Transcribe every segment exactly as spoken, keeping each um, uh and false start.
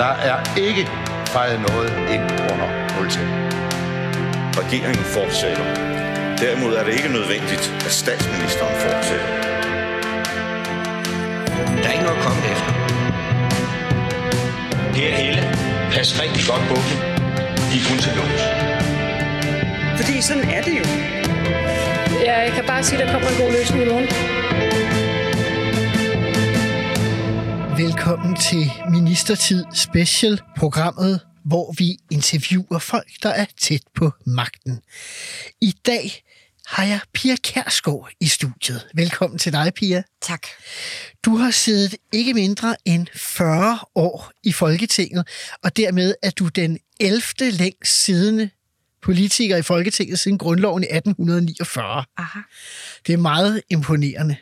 Der er ikke fejret noget ind under nultænden. Regeringen fortsætter. Derimod er det ikke nødvendigt, at statsministeren fortsætter. Der er ikke noget at komme efter. Per Helle, pas rigtig godt på dem. De er kun til lås. Fordi sådan er det jo. Ja, jeg kan bare sige, at der kommer en god løsning i morgen. Velkommen til Ministertid Special, programmet, hvor vi interviewer folk, der er tæt på magten. I dag har jeg Pia Kjærsgaard i studiet. Velkommen til dig, Pia. Tak. Du har siddet ikke mindre end fyrre år i Folketinget, og dermed er du den ellevte længst siddende politiker i Folketinget siden grundloven i atten niogfyrre. Aha. Det er meget imponerende.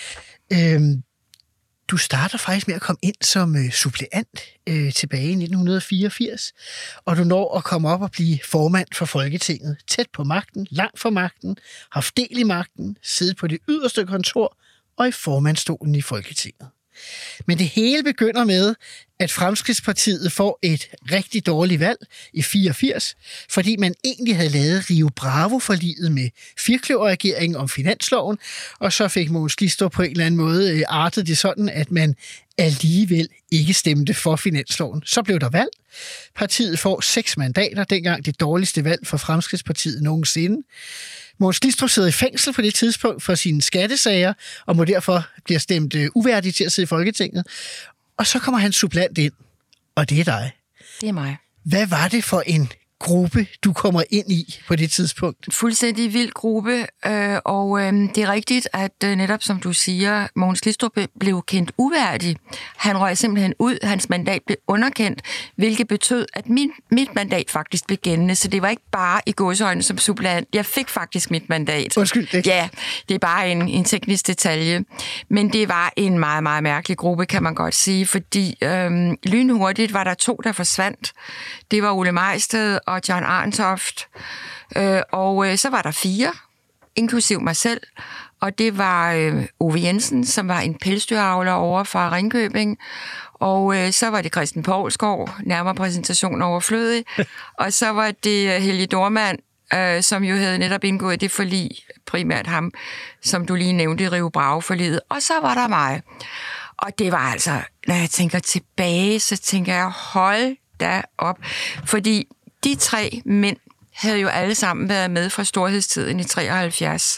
Øhm, Du starter faktisk med at komme ind som øh, suppleant øh, tilbage i nitten fireogfirs, og du når at komme op og blive formand for Folketinget. Tæt på magten, langt fra magten, haft del i magten, siddet på det yderste kontor og i formandstolen i Folketinget. Men det hele begynder med, at Fremskridtspartiet får et rigtig dårligt valg i fireogfirs, fordi man egentlig havde lavet Rio Bravo-forliget med firkløverregeringen om finansloven, og så fik Mogens Glistrup på en eller anden måde artet det sådan, at man alligevel ikke stemte for finansloven. Så blev der valg. Partiet får seks mandater, dengang det dårligste valg for Fremskridtspartiet nogensinde. Mogens Glistrup sidder i fængsel på det tidspunkt for sine skattesager, og må derfor blive stemt uværdig til at sidde i Folketinget. Og så kommer han supplant ind, og det er dig. Det er mig. Hvad var det for en gruppe, du kommer ind i på det tidspunkt? Fuldstændig vild gruppe, øh, og øh, det er rigtigt, at øh, netop som du siger, Mogens Glistrup blev kendt uværdig. Han røg simpelthen ud, hans mandat blev underkendt, hvilket betød, at min, mit mandat faktisk blev gældende, så det var ikke bare i gåseøjne som suppleant. Jeg fik faktisk mit mandat. Undskyld, det. Ja, det er bare en, en teknisk detalje. Men det var en meget, meget mærkelig gruppe, kan man godt sige, fordi øh, lynhurtigt var der to, der forsvandt. Det var Ole Majsted og John Arntoft, øh, og øh, så var der fire, inklusiv mig selv, og det var øh, Ove Jensen, som var en pelsdyravler over fra Ringkøbing, og øh, så var det Christen Poulsgaard, nærmere præsentation overflødig, og så var det øh, Helge Dormand, øh, som jo havde netop indgået det forlig, primært ham, som du lige nævnte i Rio Bravo-forliget, og så var der mig. Og det var altså, når jeg tænker tilbage, så tænker jeg, hold da op, fordi de tre mænd havde jo alle sammen været med fra storhedstiden i treoghalvfjerds,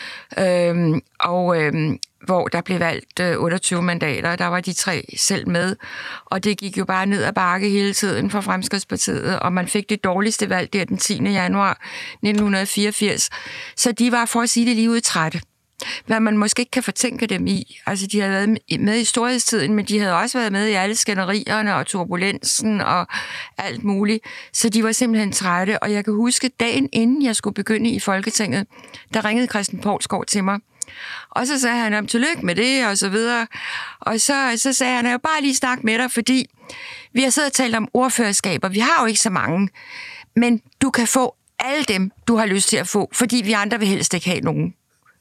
øhm, og øhm, hvor der blev valgt øh, otteogtyve mandater, der var de tre selv med, og det gik jo bare ned ad bakke hele tiden for Fremskridtspartiet, og man fik det dårligste valg der den tiende januar nitten fireogfirs, så de var, for at sige det lige ud, trætte. Hvad man måske ikke kan fortænke dem i. Altså, de havde været med i storhedstiden, men de havde også været med i alle skænderierne og turbulensen og alt muligt. Så de var simpelthen trætte, og jeg kan huske, dagen inden jeg skulle begynde i Folketinget, der ringede Christen Poulsgaard til mig. Og så sagde han, om tillykke med det, og så videre. Og så, så sagde han, jeg vil bare lige snakke med dig, fordi vi har siddet og talt om ordførerskaber. Vi har jo ikke så mange, men du kan få alle dem, du har lyst til at få, fordi vi andre vil helst ikke have nogen.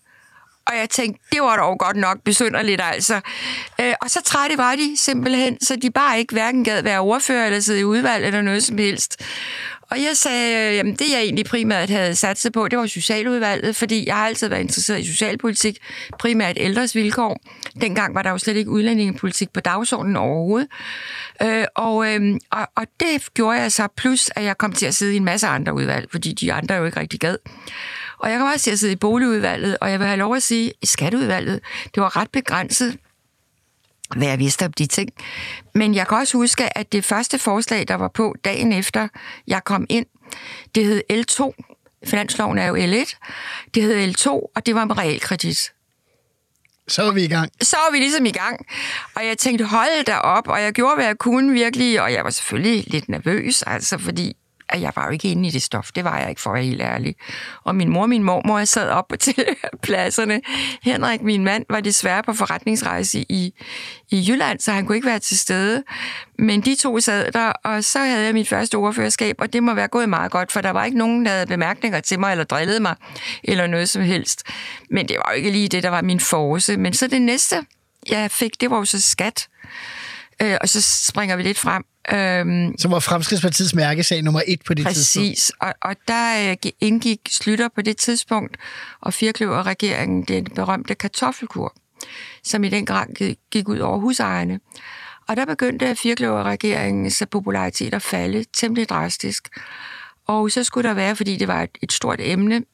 Og jeg tænkte, det var dog godt nok besynderligt altså. Øh, og så trætte var de simpelthen, så de bare ikke hverken gad være ordfører eller sidde i udvalg eller noget som helst. Og jeg sagde, jamen det jeg egentlig primært havde sat sig på, det var socialudvalget, fordi jeg har altid været interesseret i socialpolitik, primært ældres vilkår. Dengang var der jo slet ikke udlændingepolitik på dagsordenen overhovedet. Øh, og, øh, og, og det gjorde jeg så, plus at jeg kom til at sidde i en masse andre udvalg, fordi de andre jo ikke rigtig gad. Og jeg kom også til at sidde i boligudvalget, og jeg vil have lov at sige, i skatteudvalget, det var ret begrænset, hvad jeg vidste om de ting. Men jeg kan også huske, at det første forslag, der var på dagen efter, jeg kom ind, det hed L to. Finansloven er jo L et. Det hed L to, og det var med realkredit. Så var vi i gang. Så var vi ligesom i gang. Og jeg tænkte, hold da op, og jeg gjorde, hvad jeg kunne virkelig, og jeg var selvfølgelig lidt nervøs, altså fordi at jeg var jo ikke inde i det stof. Det var jeg ikke, for at være helt ærlig. Og min mor og min mormor, jeg sad op til pladserne. Henrik, min mand, var desværre på forretningsrejse i, i Jylland, så han kunne ikke være til stede. Men de to sad der, og så havde jeg mit første ordførerskab, og det må være gået meget godt, for der var ikke nogen, der havde bemærkninger til mig, eller drillede mig, eller noget som helst. Men det var jo ikke lige det, der var min force. Men så det næste, jeg fik, det var jo så skat. Øh, og så springer vi lidt frem. Øhm, Som var Fremskridtspartiets mærkesag nummer et på det præcis. tidspunkt. Præcis, og, og der øh, indgik Schlüter på det tidspunkt, og firkløverregeringen, den berømte kartoffelkur, som i den grad gik ud over husejerne. Og der begyndte firkløverregeringens popularitet at falde temmelig drastisk. Og så skulle der være, fordi det var et, et stort emne,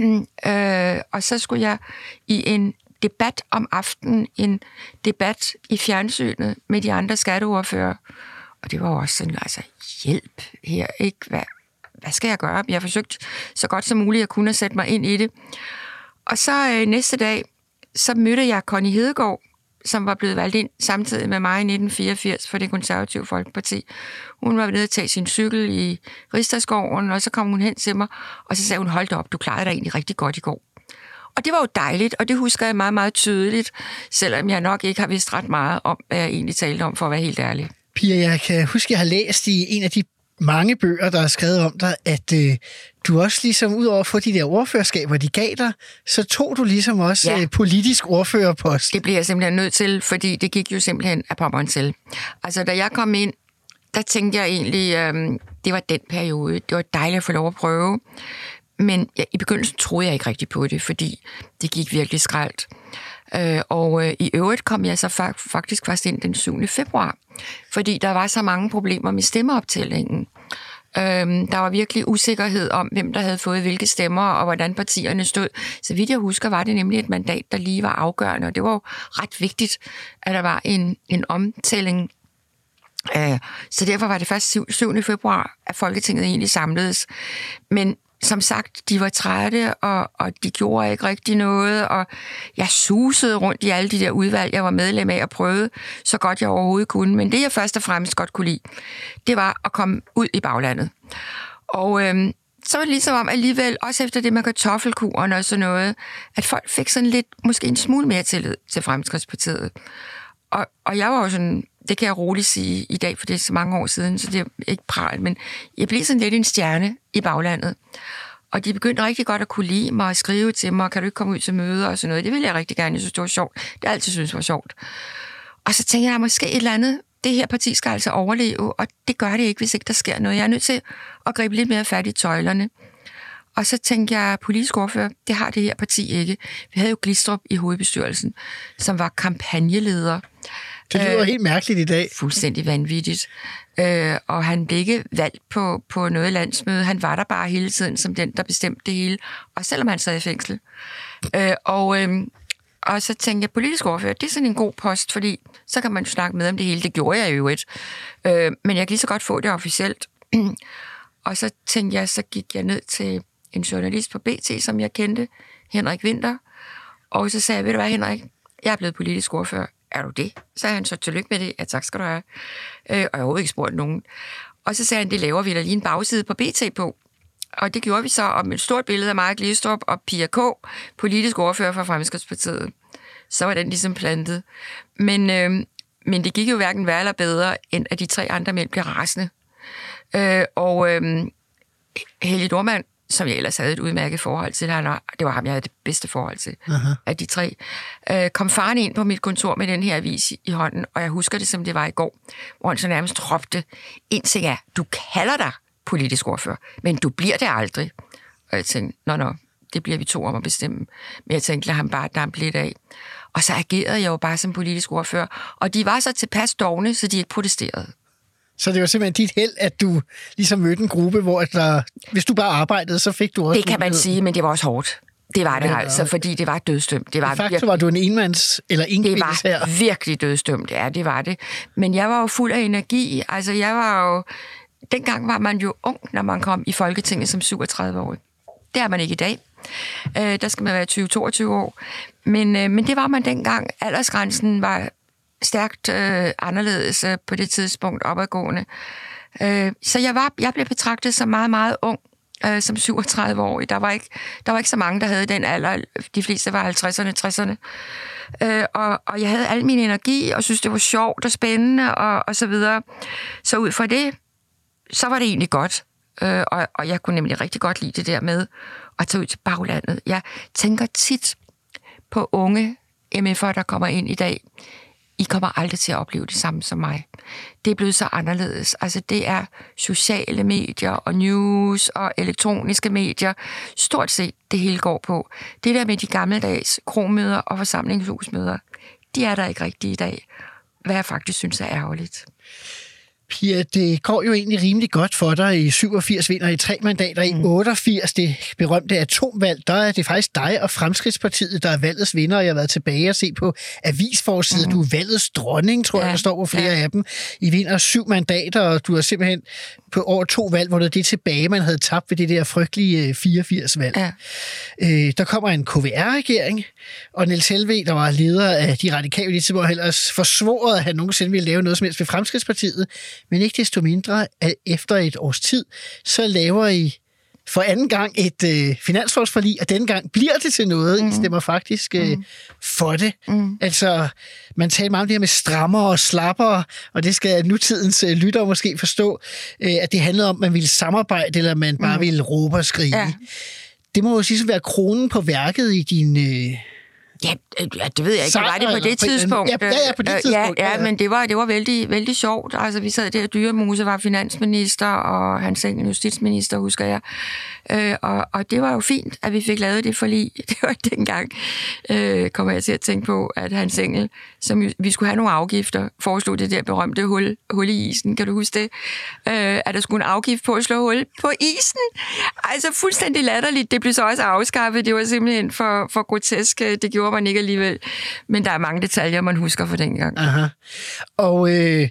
øh, og så skulle jeg i en debat om aftenen, en debat i fjernsynet med de andre skatteordfører. Og det var jo også sådan, altså hjælp her, ikke? Hvad, hvad skal jeg gøre? Jeg har forsøgt så godt som muligt at kunne sætte mig ind i det. Og så øh, næste dag, så mødte jeg Connie Hedegaard, som var blevet valgt ind samtidig med mig i nitten fireogfirs for Det Konservative Folkeparti. Hun var nede at tage sin cykel i Rigsdagsgården, og så kom hun hen til mig, og så sagde hun, hold da op, du klarede dig egentlig rigtig godt i går. Og det var jo dejligt, og det husker jeg meget, meget tydeligt, selvom jeg nok ikke har vidst ret meget om, hvad jeg egentlig talte om, for at være helt ærlig. Pia, jeg kan huske, jeg har læst i en af de mange bøger, der er skrevet om dig, at øh, du også ligesom, ud over at få de der ordførerskaber, de gav dig, så tog du ligesom også ja. øh, politisk ordførerpost. Det bliver jeg simpelthen nødt til, fordi det gik jo simpelthen af pommeren til. Altså, da jeg kom ind, der tænkte jeg egentlig, øh, det var den periode. Det var dejligt at få lov at prøve. Men ja, i begyndelsen troede jeg ikke rigtig på det, fordi det gik virkelig skralt. Øh, og øh, i øvrigt kom jeg så fa- faktisk først ind den syvende februar, fordi der var så mange problemer med stemmeoptællingen. Øh, der var virkelig usikkerhed om, hvem der havde fået hvilke stemmer, og hvordan partierne stod. Så vidt jeg husker, var det nemlig et mandat, der lige var afgørende, og det var jo ret vigtigt, at der var en, en omtælling. Øh, så derfor var det først syvende februar, at Folketinget egentlig samledes. Men som sagt, de var trætte, og, og de gjorde ikke rigtig noget, og jeg susede rundt i alle de der udvalg, jeg var medlem af og prøvede så godt jeg overhovedet kunne. Men det, jeg først og fremmest godt kunne lide, det var at komme ud i baglandet. Og øhm, så var det ligesom om alligevel, også efter det med kartoffelkuren og sådan noget, at folk fik sådan lidt, måske en smule mere tillid til Fremskridtspartiet. Og, og jeg var jo sådan, det kan jeg roligt sige i dag, for det er så mange år siden, så det er ikke pral, men jeg blev sådan lidt en stjerne i baglandet. Og de begyndte rigtig godt at kunne lide mig og skrive til mig, kan du ikke komme ud til møder og sådan noget. Det ville jeg rigtig gerne, jeg synes, det var sjovt. Det har jeg altid synes var sjovt. Og så tænkte jeg, måske et eller andet, det her parti skal altså overleve, og det gør det ikke, hvis ikke der sker noget. Jeg er nødt til at gribe lidt mere fat i tøjlerne. Og så tænkte jeg, politisk ordfører, det har det her parti ikke. Vi havde jo Glistrup i hovedbestyrelsen, som var kampagneleder. Det lyder øh, helt mærkeligt i dag. Fuldstændig vanvittigt. Øh, og han blev ikke valgt på, på noget landsmøde. Han var der bare hele tiden som den, der bestemte det hele. Og selvom han sad i fængsel. Øh, og, øh, og så tænkte jeg, politisk ordfører, det er sådan en god post, fordi så kan man jo snakke med om det hele. Det gjorde jeg jo ikke. Øh, men jeg kan lige så godt få det officielt. Og så tænkte jeg, så gik jeg ned til en journalist på B T, som jeg kendte, Henrik Winther. Og så sagde jeg, ved du hvad, Henrik, jeg er blevet politisk ordfører. Er du det? Så sagde han så, tillykke med det. Ja, tak skal du have. Øh, og jeg har overhovedet ikke spurgt nogen. Og så sagde han, det laver vi da lige en bagside på B T på. Og det gjorde vi så om et stort billede af Mark Glistrup og Pia K., politisk ordfører for Fremskridtspartiet. Så var den ligesom plantet. Men, øh, men det gik jo hverken værre eller bedre, end at de tre andre mænd blev rasende. Øh, og øh, Helge Dormand, som jeg ellers havde et udmærket forhold til, han, det var ham, jeg havde det bedste forhold til, uh-huh. af de tre, øh, kom faren ind på mit kontor med den her avis i, i hånden, og jeg husker det, som det var i går, hvor han så nærmest råbte, en ting er, du kalder dig politisk ordfører, men du bliver det aldrig. Og jeg tænkte, nå, nå, det bliver vi to om at bestemme. Men jeg tænkte, lad ham bare dampe lidt af. Og så agerede jeg jo bare som politisk ordfører, og de var så tilpas dovne, så de ikke protesterede. Så det var simpelthen dit held, at du ligesom mødte en gruppe, hvor der, hvis du bare arbejdede, så fik du også... Det kan man sige, men det var også hårdt. Det var det ja, altså, fordi det var dødsdømt. Det var faktisk virkelig, var du en enmands- eller enkvindes her. Det var virkelig dødsdømt, ja, det var det. Men jeg var jo fuld af energi. Altså, jeg var jo... Dengang var man jo ung, når man kom i Folketinget som syvogtredive-årig. Det er man ikke i dag. Øh, der skal man være tyve til toogtyve år. Men, øh, men det var man dengang. Aldersgrænsen var stærkt øh, anderledes øh, på det tidspunkt opadgående. Øh, så jeg, var, jeg blev betragtet som meget, meget ung øh, som syvogtredive-årig. Der var, ikke, der var ikke så mange, der havde den alder. De fleste var halvtredserne, tresserne. Øh, og, og jeg havde al min energi, og synes det var sjovt og spændende, og, og så videre. Så ud fra det, så var det egentlig godt. Øh, og, og jeg kunne nemlig rigtig godt lide det der med at tage ud til baglandet. Jeg tænker tit på unge M F'ere, der kommer ind i dag, I kommer aldrig til at opleve det samme som mig. Det er blevet så anderledes. Altså, det er sociale medier og news og elektroniske medier. Stort set det hele går på. Det der med de gammeldags kromøder og forsamlingshusmøder, de er der ikke rigtigt i dag. Hvad jeg faktisk synes er ærgerligt. Pia, det går jo egentlig rimelig godt for dig. I syvogfirs vinder I tre mandater. I otteogfirs, det berømte atomvalg, der er det faktisk dig og Fremskridtspartiet, der er valgets vinder. Jeg har været tilbage og se på avisforsiden. Mm. Du er valgets dronning, tror ja. jeg, der står på flere ja. af dem. I vinder syv mandater, og du har simpelthen på over to valg, hvor det er det tilbage, man havde tabt ved det der frygtelige fireogfirs-valg. Ja. Øh, der kommer en K V R-regering, og Niels Helveg, der var leder af de radikale, de var ellers forsvoret, at han nogensinde ville lave noget som helst ved Fremskridtspartiet. Men ikke desto mindre, at efter et års tid, så laver I for anden gang et øh, finanslovsforlig, og denne gang bliver det til noget. Mm. I stemmer faktisk øh, mm. for det. Mm. Altså, man taler meget om det her med strammer og slapper, og det skal nutidens øh, lyttere måske forstå, øh, at det handlede om, at man ville samarbejde, eller man bare mm. ville råbe og skrige. Ja. Det må jo ligesom være kronen på værket i din... Øh, Ja, det ved jeg ikke. Det var det på det tidspunkt. Ja, ja, på det tidspunkt. Ja, ja, men det var, det var vældig, vældig sjovt. Altså, vi sad der, Dyremose var finansminister, og Hans Engel justitsminister, husker jeg. Øh, og, og det var jo fint, at vi fik lavet det forlig. Det var dengang, øh, kommer jeg til at tænke på, at Hans Engel, som vi skulle have nogle afgifter, foreslog det der berømte hul, hul i isen. Kan du huske det? Øh, at der skulle en afgift på at slå hul på isen. Altså, fuldstændig latterligt. Det blev så også afskaffet. Det var simpelthen for, for grotesk. Det gjorde man ikke alligevel. Men der er mange detaljer, man husker fra dengang. Aha. Og øh,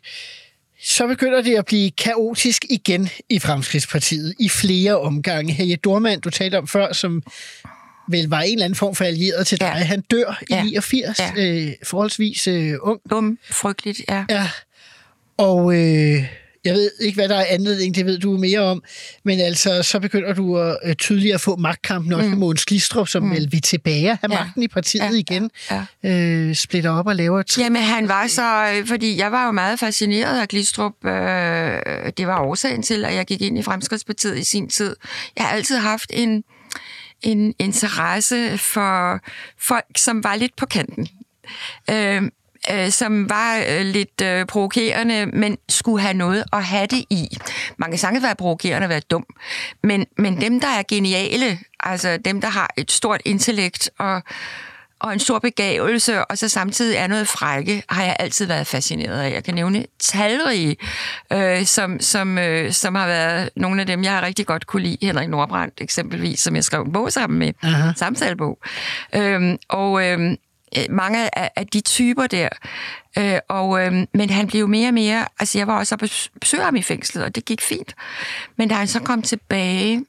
så begynder det at blive kaotisk igen i Fremskridtspartiet i flere omgange. Helge Dohrmann, du talte om før, som vel var en eller anden form for allieret til dig. Ja. Han dør i ja. niogfirs, ja. øh, forholdsvis øh, ung. Dum, frygteligt, ja. Ja. Og... Øh, jeg ved ikke, hvad der er anledning, det ved du mere om, men altså, så begynder du at øh, tydeligt at få magtkampen også mm. med Mogens Glistrup, som mm. vel vil tilbage have ja. magten i partiet ja. igen, ja. Øh, splitter op og laver... T- Jamen, han var så... Fordi jeg var jo meget fascineret af Glistrup. Øh, det var årsagen til, at jeg gik ind i Fremskridtspartiet i sin tid. Jeg har altid haft en, en interesse for folk, som var lidt på kanten. Øh, Øh, som var øh, lidt øh, provokerende, men skulle have noget at have det i. Man kan sagtens være provokerende og være dum, men, men dem, der er geniale, altså dem, der har et stort intellekt og, og en stor begavelse, og så samtidig er noget frække, har jeg altid været fascineret af. Jeg kan nævne talrige, øh, som, som, øh, som har været nogle af dem, jeg har rigtig godt kunne lide. Henrik Nordbrandt eksempelvis, som jeg skrev en bog sammen med, uh-huh. samtalebog. Øh, og... Øh, mange af, af de typer der. Øh, og, øh, men han blev mere og mere... Altså, jeg var også oppe og besøge ham i fængslet, og det gik fint. Men da han så kom tilbage,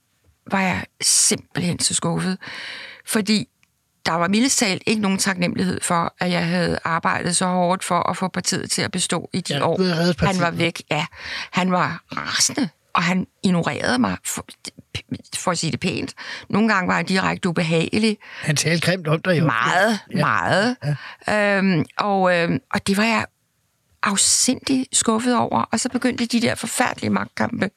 var jeg simpelthen så skuffet. Fordi der var mildest talt ikke nogen taknemmelighed for, at jeg havde arbejdet så hårdt for at få partiet til at bestå i de ja, år. Han var væk, ja. Han var rasende, og han ignorerede mig, for, for at sige det pænt. Nogle gange var han direkte ubehagelig. Han talte grimt om dig jo. Meget, ja. meget. Ja. Øhm, og, øhm, og det var jeg afsindig skuffet over. Og så begyndte de der forfærdelige magtkampe.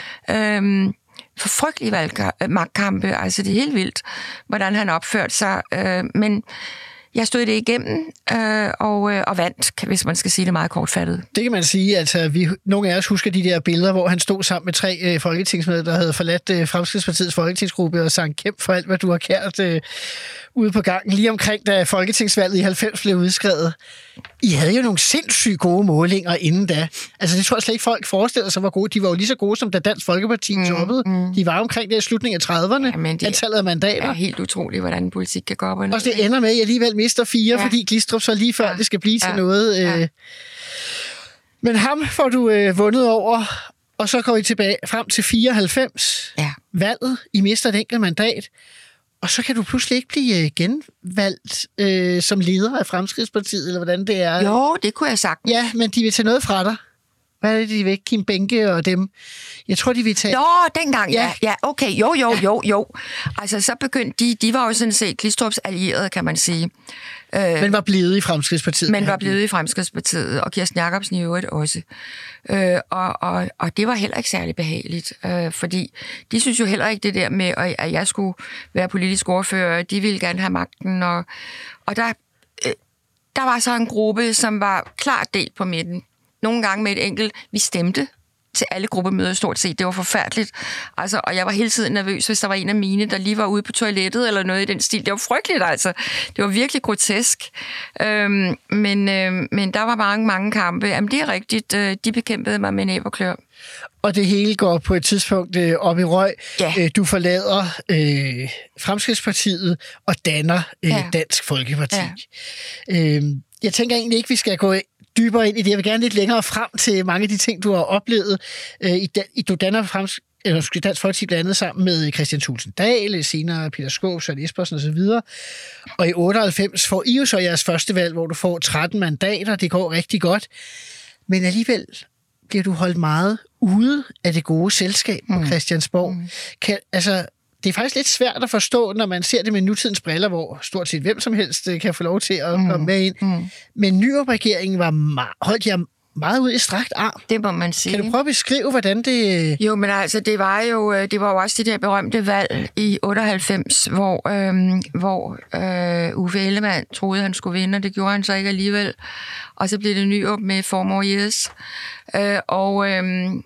Øhm, for frygtelige valgka- magtkampe. Altså, det er helt vildt, hvordan han opførte sig. Øh, men jeg stod det igennem øh, og, øh, og vandt, hvis man skal sige det meget kortfattet. Det kan man sige. Altså, vi, nogle af os husker de der billeder, hvor han stod sammen med tre øh, folketingsmedlemmer, der havde forladt øh, Fremskridtspartiets folketingsgruppe og sang kæmpe for alt, hvad du har kært øh, ude på gangen. Lige omkring, da folketingsvalget i halvfems blev udskrevet. I havde jo nogle sindssygt gode målinger inden da. Altså, det tror jeg slet ikke, folk forestiller sig, hvor gode. De var jo lige så gode, som da Dansk Folkeparti mm, toppede. Mm. De var omkring der i slutningen af trediverne. Jamen, det antallet af mandater. Er helt utroligt, hvordan politik kan gå op og ned. Og det ender med, at jeg alligevel mister fire, ja. fordi Glistrup så lige før, ja. det skal blive til ja. noget. Øh. Ja. Men ham får du øh, vundet over, og så går I tilbage frem til fireoghalvfems. Ja. Valget. I mister et enkelt mandat. Og så kan du pludselig ikke blive genvalgt øh, som leder af Fremskridtspartiet, eller hvordan det er. Jo, det kunne jeg sagtens. Ja, men de vil tage noget fra dig. Hvad er det, de vil? Kim Benke og dem. Jeg tror, de vil tage... Nå, dengang, ja. ja. Ja, okay, jo, jo, jo, jo. Altså, så begyndte de... De var jo sådan set Glistrups allierede, kan man sige. Øh, men var blevet i Fremskridtspartiet. Men var blevet i Fremskridtspartiet, og Kirsten Jacobsen i øvrigt også. Øh, og, og, og det var heller ikke særlig behageligt, øh, fordi de synes jo heller ikke det der med, at jeg skulle være politisk ordfører. De ville gerne have magten, og, og der... der var så en gruppe, som var klart delt på midten. Nogle gange med et enkelt, vi stemte til alle gruppemøder stort set. Det var forfærdeligt. Altså, og jeg var hele tiden nervøs, hvis der var en af mine, der lige var ude på toilettet eller noget i den stil. Det var frygteligt, altså. Det var virkelig grotesk. Øhm, men, øhm, men der var mange, mange kampe. Jamen, det er rigtigt. De bekæmpede mig med næb og klør. Og det hele går på et tidspunkt øh, op i røg. Ja. Øh, du forlader øh, Fremskridtspartiet og danner øh, ja. Dansk Folkeparti. Ja. Øh, jeg tænker egentlig ikke, vi skal gå dybere ind i det. Jeg vil gerne lidt længere frem til mange af de ting, du har oplevet. Øh, i, i, du danner Fremskridtspartiet, eller Dansk Folkeparti blandt andet sammen med Kristian Thulesen Dahl, senere Peter Skaarup, Søren Espersen osv. Og i otteoghalvfems får I jo så jeres første valg, hvor du får tretten mandater. Det går rigtig godt. Men alligevel bliver du holdt meget ude af det gode selskab på mm. Christiansborg. Mm. Kan, altså, det er faktisk lidt svært at forstå, når man ser det med nutidens briller, hvor stort set hvem som helst kan få lov til at mm. komme med ind. Mm. Men Nyrup-regeringen var meget, holdt jer meget ud i strakt arm. Det må man sige. Kan du prøve at beskrive, hvordan det... Jo, men altså, det var jo, det var jo også det der berømte valg i otteoghalvfems, hvor, øhm, hvor øh, Uffe Ellemann troede, han skulle vinde, og det gjorde han så ikke alligevel. Og så blev det Nyrup med Four More Years. Øh, og, øhm,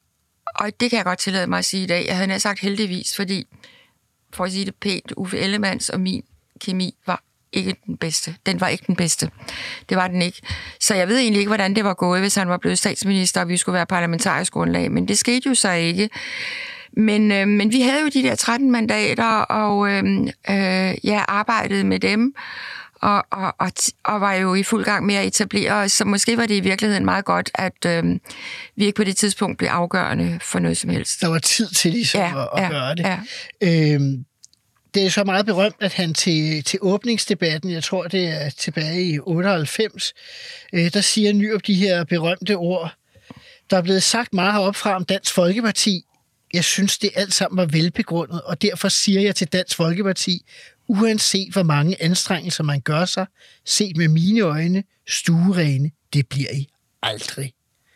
og det kan jeg godt tillade mig at sige i dag. Jeg havde nær sagt heldigvis, fordi, for at sige det pænt, Uffe Ellemanns og min kemi var ikke den bedste. Den var ikke den bedste. Det var den ikke. Så jeg ved egentlig ikke, hvordan det var gået, hvis han var blevet statsminister, og vi skulle være parlamentarisk grundlag. Men det skete jo så ikke. Men, øh, men vi havde jo de der tretten mandater, og øh, øh, jeg arbejdede med dem, og, og, og, og var jo i fuld gang med at etablere os. Så måske var det i virkeligheden meget godt, at øh, vi ikke på det tidspunkt blev afgørende for noget som helst. Der var tid til ligesom ja, at, at ja, gøre det. Ja. Øhm, Det er så meget berømt, at han til, til åbningsdebatten, jeg tror det er tilbage i otteoghalvfems, øh, der siger Nyrup de her berømte ord. Der er blevet sagt meget heroppe fra om Dansk Folkeparti. Jeg synes, det alt sammen var velbegrundet, og derfor siger jeg til Dansk Folkeparti, uanset hvor mange anstrengelser man gør sig, set med mine øjne, stuerene, det bliver I aldrig.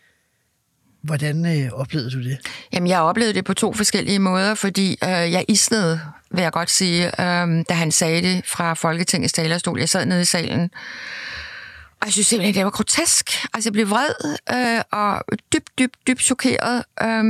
Hvordan øh, oplevede du det? Jamen, jeg oplevede det på to forskellige måder, fordi øh, jeg isnede, vil jeg godt sige, øh, da han sagde det fra Folketingets talerstol. Jeg sad nede i salen, og jeg synes simpelthen, det var grotesk. Altså, jeg blev vred øh, og dybt, dybt, dybt chokeret. Øh,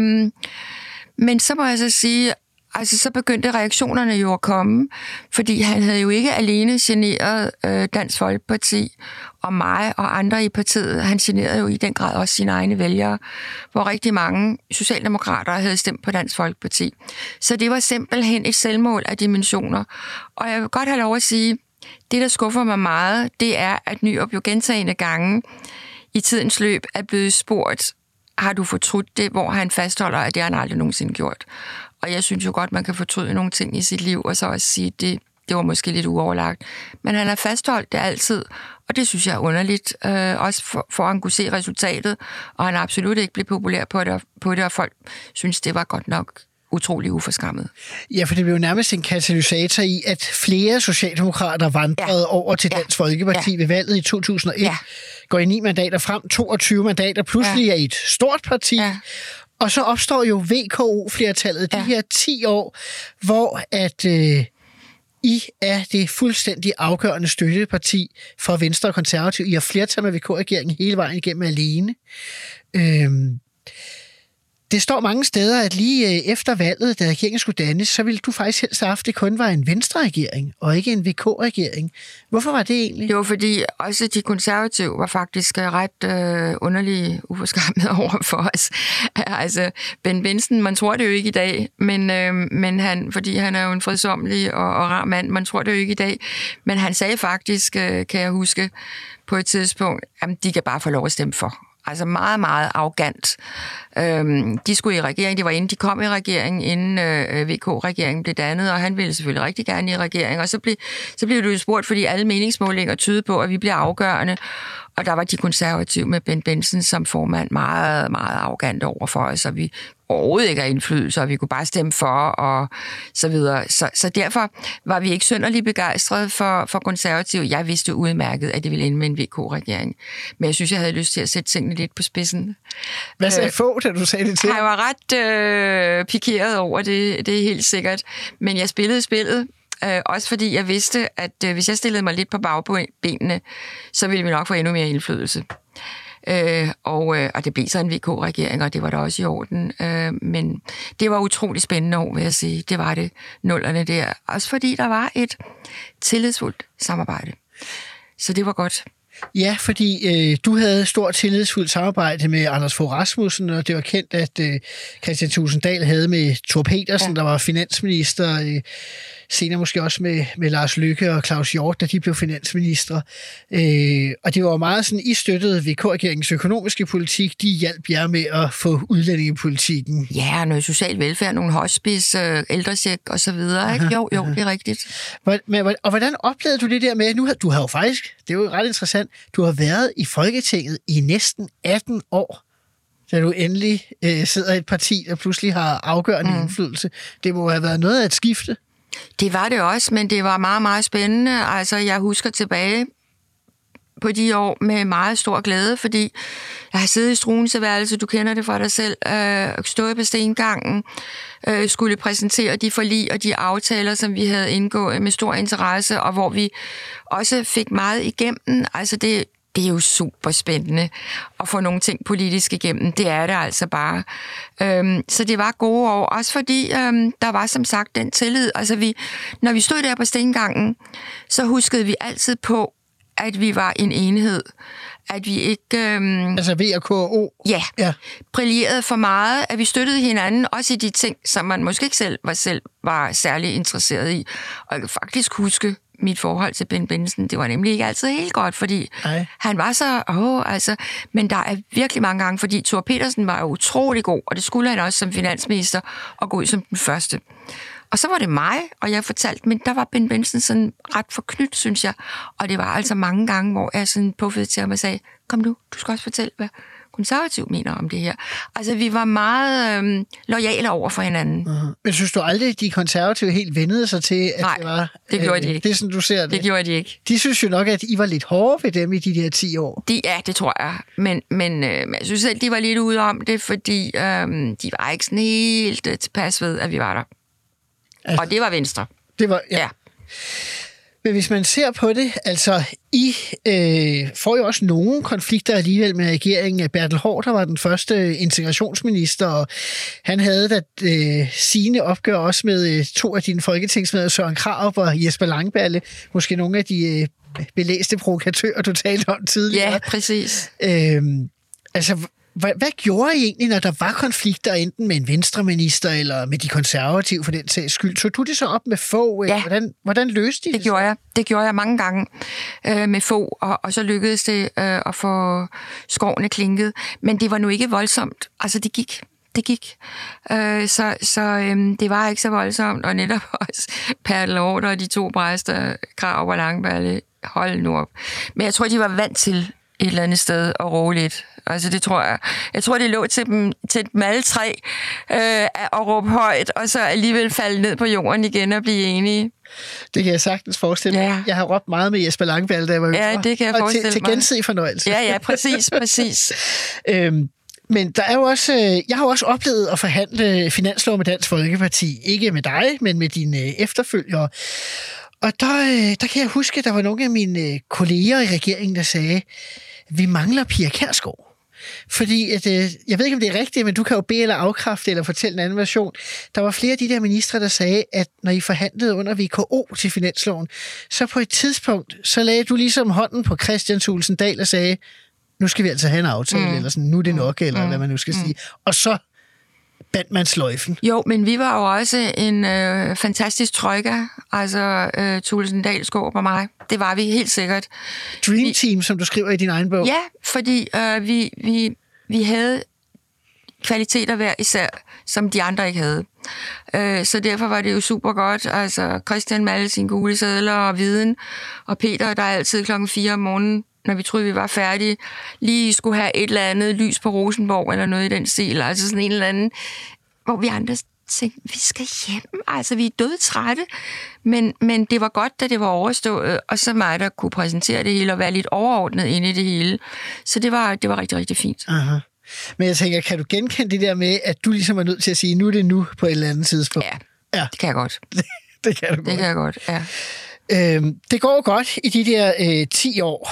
men så må jeg så sige, altså, så begyndte reaktionerne jo at komme, fordi han havde jo ikke alene generet øh, Dansk Folkeparti og mig og andre i partiet. Han generede jo i den grad også sine egne vælgere, hvor rigtig mange socialdemokrater havde stemt på Dansk Folkeparti. Så det var simpelthen et selvmål af dimensioner. Og jeg vil godt have lov at sige, det der skuffer mig meget, det er, at Nyrup jo gentagne gange i tidens løb er blevet spurgt, har du fortrudt det, hvor han fastholder, at det har han aldrig nogensinde gjort. Og jeg synes jo godt, man kan fortryde nogle ting i sit liv, og så også sige, at det, det var måske lidt uoverlagt. Men han har fastholdt det altid, og det synes jeg er underligt. Øh, også for, for at han kunne se resultatet, og han er absolut ikke blevet populær på det, på det, og folk synes, det var godt nok utrolig uforskammet. Ja, for det blev nærmest en katalysator i, at flere socialdemokrater vandrede ja. over til Dansk ja. Folkeparti ja. ved valget i to tusind og et. Ja. Går i ni mandater frem, toogtyve mandater, pludselig ja. er I et stort parti. Ja. Og så opstår jo V K O-flertallet de ja. her ti år, hvor at øh, I er det fuldstændig afgørende støtteparti for Venstre og Konservative. I har flertal med V K-regeringen hele vejen igennem alene. Øhm, det står mange steder, at lige efter valget, da regeringen skulle dannes, så ville du faktisk helst have haft, at det kun var en Venstre-regering, og ikke en V K-regering. Hvorfor var det egentlig? Det var fordi også de konservative var faktisk ret øh, underlige uforskammet over for os. Altså, Ben Benson, man tror det jo ikke i dag, men, øh, men han, fordi han er jo en fredsommelig og, og rar mand, man tror det jo ikke i dag, men han sagde faktisk, øh, kan jeg huske, på et tidspunkt, at de kan bare få lov at stemme for. Altså meget, meget arrogant. Øhm, de skulle i regering, de var inde, de kom i regeringen, inden øh, V K-regeringen blev dannet, og han ville selvfølgelig rigtig gerne i regering. Og så blev, så blev du jo spurgt, fordi alle meningsmålinger tydede på, at vi bliver afgørende. Og der var de konservative med Ben Benson som formand meget, meget arrogant over for os, og vi overhovedet ikke har indflydelse, og vi kunne bare stemme for, og så videre. Så, så derfor var vi ikke synderligt begejstrede for, for konservative. Jeg vidste udmærket, at det ville ende med en V K-regering. Men jeg synes, jeg havde lyst til at sætte tingene lidt på spidsen. Hvad sagde få, da du sagde det til? Jeg var ret øh, pikeret over det, det er helt sikkert. Men jeg spillede spillet, Øh, også fordi jeg vidste, at øh, hvis jeg stillede mig lidt på bagbenene, så ville vi nok få endnu mere indflydelse. Øh, og, øh, og det blev så en V K-regering, og det var da også i orden. Øh, men det var utrolig spændende år, vil jeg sige. Det var det, nullerne der. Også fordi der var et tillidsfuldt samarbejde. Så det var godt. Ja, fordi øh, du havde stort tillidsfuldt samarbejde med Anders Fogh Rasmussen, og det var kendt, at øh, Kristian Thulesen Dahl havde med Thor Pedersen, ja. der var finansminister, øh, senere måske også med, med Lars Løkke og Claus Hjort, da de blev finansministre. Øh, og det var meget sådan, I støttede V K-regeringens økonomiske politik, de hjalp jer med at få udlændingepolitikken. Ja, noget social velfærd, nogle hospice, øh, ældrecheck og så videre, ikke? Jo, jo, det er rigtigt. Men, og hvordan oplevede du det der med, nu har, du har jo faktisk, det er jo ret interessant, du har været i Folketinget i næsten atten år, da du endelig øh, sidder i et parti, der pludselig har afgørende mm. indflydelse. Det må have været noget af et skifte. Det var det også, men det var meget, meget spændende. Altså, jeg husker tilbage på de år med meget stor glæde, fordi jeg har siddet i Struenseeværelse, du kender det fra dig selv, øh, stået på stengangen, øh, skulle præsentere de forlig og de aftaler, som vi havde indgået med stor interesse, og hvor vi også fik meget igennem. Altså, det, det er jo super spændende at få nogle ting politisk igennem. Det er det altså bare. Øhm, så det var gode år, også fordi øhm, der var som sagt den tillid. Altså, vi, når vi stod der på stengangen, så huskede vi altid på, at vi var en enhed. At vi ikke... Øhm, altså V og K og O? Ja, ja. Brillerede for meget, at vi støttede hinanden, også i de ting, som man måske ikke selv var, selv var særlig interesseret i. Og jeg kan faktisk huske mit forhold til Ben Benson. Det var nemlig ikke altid helt godt, fordi Ej. han var så... Åh, altså, men der er virkelig mange gange, fordi Thor Pedersen var jo utrolig god, og det skulle han også som finansminister, og gå ud som den første. Og så var det mig, og jeg fortalte, men der var Ben Benson sådan ret forknyt, synes jeg. Og det var altså mange gange, hvor jeg sådan puffede til ham og sagde, kom nu, du skal også fortælle, hvad konservativ mener om det her. Altså, vi var meget øhm, loyale over for hinanden. Uh-huh. Men synes du aldrig, at de konservative helt vendede sig til, at Nej, det var... det gjorde øh, de ikke. Det er sådan, du ser det. Det gjorde de ikke. De synes jo nok, at I var lidt hårde ved dem i de der ti år. De, ja, det tror jeg. Men, men øh, jeg synes selv, de var lidt ude om det, fordi øh, de var ikke sådan helt øh, tilpas ved, at vi var der. Altså, og det var Venstre. Det var, ja. ja. Men hvis man ser på det, altså, I øh, får jo også nogle konflikter alligevel med regeringen. Bertel Haarder var den første integrationsminister, og han havde da øh, sine opgør også med øh, to af dine folketingsmedlemmer, Søren Krarup og Jesper Langballe. Måske nogle af de øh, belæste provokatører, du talte om tidligere. Ja, præcis. Øh, altså... Hvad, hvad gjorde I egentlig, når der var konflikter, enten med en venstreminister eller med de konservative for den sags skyld? Tog du det så op med Fogh? Ja. Hvordan, hvordan løste I det? Det gjorde jeg. Det gjorde jeg mange gange øh, med Fogh, og, og så lykkedes det øh, at få skovene klinket. Men det var nu ikke voldsomt. Altså, det gik. Det gik. Øh, så så øh, det var ikke så voldsomt, og netop også Bertel Haarder og de to præster, Krarup og Langballe, hold nu op. Men jeg tror, de var vant til et eller andet sted at råbe lidt. Altså, det tror jeg. Jeg tror, det lå til dem, til dem alle tre øh, at råbe højt, og så alligevel falde ned på jorden igen og blive enige. Det kan jeg sagtens forestille mig. Ja. Jeg har råbt meget med Jesper Langballe, da jeg var yngre. Ja, det kan jeg forestille mig. Og til, til gensidig fornøjelse. Ja, ja, præcis, præcis. øhm, men der er jo også, jeg har jo også oplevet at forhandle finanslov med Dansk Folkeparti. Ikke med dig, men med dine efterfølgere. Og der, der kan jeg huske, at der var nogle af mine kolleger i regeringen, der sagde, vi mangler Pia Kjærsgaard. Fordi, at, jeg ved ikke, om det er rigtigt, men du kan jo bede eller afkræfte eller fortælle en anden version. Der var flere af de der ministre, der sagde, at når I forhandlede under V K O til finansloven, så på et tidspunkt, så lagde du ligesom hånden på Kristian Thulesen Dahl og sagde, nu skal vi altså have en aftale, mm. eller sådan, nu er det nok, eller mm. hvad man nu skal mm. sige. Og så bandt man sløjfen. Jo, men vi var jo også en øh, fantastisk trojka, altså øh, Thulesen Dahl, Skaarup og mig. Det var vi helt sikkert. Dream Team, vi, som du skriver i din egen bog. Ja, fordi øh, vi, vi, vi havde kvaliteter hver især, som de andre ikke havde. Øh, så derfor var det jo super godt. Altså Christian med alle sine gule sedler og viden, og Peter, der altid klokken fire om morgenen, når vi troede, vi var færdige, lige skulle have et eller andet lys på Rosenborg, eller noget i den stil. Altså sådan en eller anden, hvor vi andre tænkte, vi skal hjem. Altså, vi er døde trætte. Men, men det var godt, da det var overstået, og så mig, der kunne præsentere det hele, og være lidt overordnet inde i det hele. Så det var, det var rigtig, rigtig fint. Aha. Men jeg tænker, kan du genkende det der med, at du ligesom er nødt til at sige, nu er det nu på et eller andet tidspunkt? Ja, ja. Det kan jeg godt. Det kan du godt. Det kan jeg godt, ja. Øhm, det går godt i de der øh, ti år.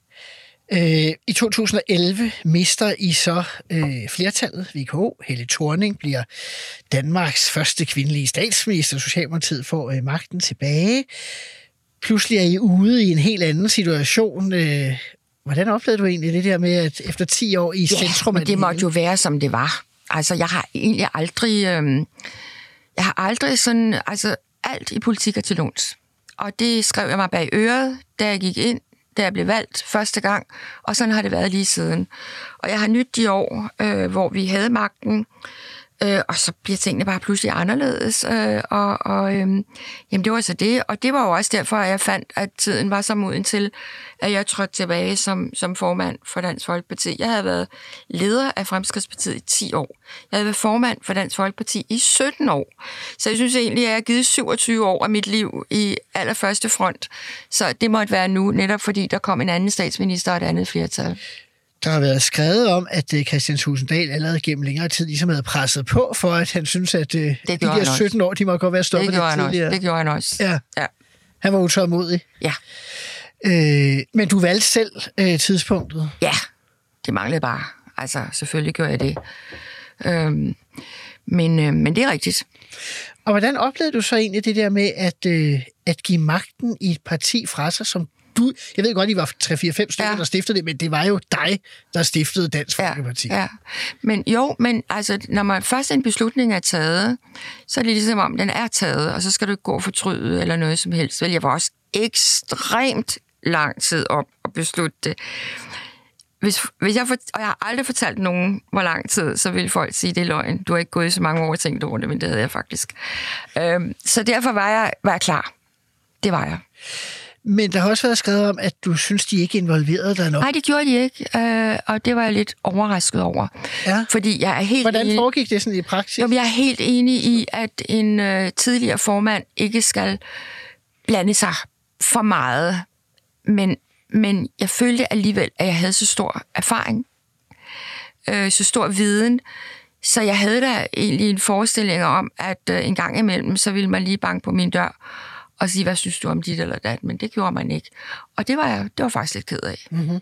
Øh, I to tusind og elleve mister I så øh, flertallet. V K O, Helle Thorning, bliver Danmarks første kvindelige statsminister. Socialdemokratiet får øh, magten tilbage. Pludselig er I ude i en helt anden situation. Øh, hvordan oplevede du egentlig det der med, at efter ti år i ja, centrum... men det måtte jo være, som det var. Altså, jeg har egentlig aldrig... Øh, jeg har aldrig sådan... Altså, alt i politik er til låns. Og det skrev jeg mig bag øret, da jeg gik ind, da jeg blev valgt første gang, og sådan har det været lige siden. Og jeg har nyt de år, øh, hvor vi havde magten, øh, og så bliver tingene bare pludselig anderledes, øh, og, og øh, jamen det var så det, og det var jo også derfor, at jeg fandt, at tiden var så moden til, at jeg trådte tilbage som, som formand for Dansk Folkeparti. Jeg havde været leder af Fremskridtspartiet i ti år. Jeg havde været formand for Dansk Folkeparti i sytten år. Så jeg synes egentlig, at jeg har givet syvogtyve år af mit liv i allerførste front. Så det måtte være nu, netop fordi der kom en anden statsminister og et andet flertal. Der har været skrevet om, at Kristian Thulesen Dahl allerede gennem længere tid ligesom havde presset på, for at han synes, at de der sytten år, de må godt være stoppet lidt tidligere. Det gjorde han også. Ja. Ja. Han var utålmodig. Ja. Øh, men du valgte selv øh, tidspunktet. Ja, det manglede bare. Altså, selvfølgelig gjorde jeg det. Øhm, men, øh, men det er rigtigt. Og hvordan oplevede du så egentlig det der med at, øh, at give magten i et parti fra sig, som du... Jeg ved godt, I var tre fire fem stykker, ja. der stiftede det, men det var jo dig, der stiftede Dansk Folkeparti. Ja, ja. Men jo, men altså, når man først en beslutning er taget, så er det ligesom om, den er taget, og så skal du ikke gå og fortryde eller noget som helst. Vel, jeg var også ekstremt lang tid op at beslutte det. Hvis, hvis jeg for, og jeg har aldrig fortalt nogen, hvor lang tid, så vil folk sige, det er løgn. Du har ikke gået i så mange år og tænkt over det, men det havde jeg faktisk. Øhm, så derfor var jeg, var jeg klar. Det var jeg. Men der har også været skrevet om, at du synes, de ikke involverede dig nok. Nej, det gjorde de ikke, øh, og det var jeg lidt overrasket over. Ja. Fordi jeg er helt Hvordan enig, foregik det sådan i praksis? Jo, jeg er helt enig i, at en øh, tidligere formand ikke skal blande sig for meget. Men, men jeg følte alligevel, at jeg havde så stor erfaring, øh, så stor viden, så jeg havde da egentlig en forestilling om, at øh, en gang imellem, så ville man lige banke på min dør og sige, hvad synes du om dit eller dat, men det gjorde man ikke. Og det var jeg det var faktisk lidt ked af. Mm-hmm.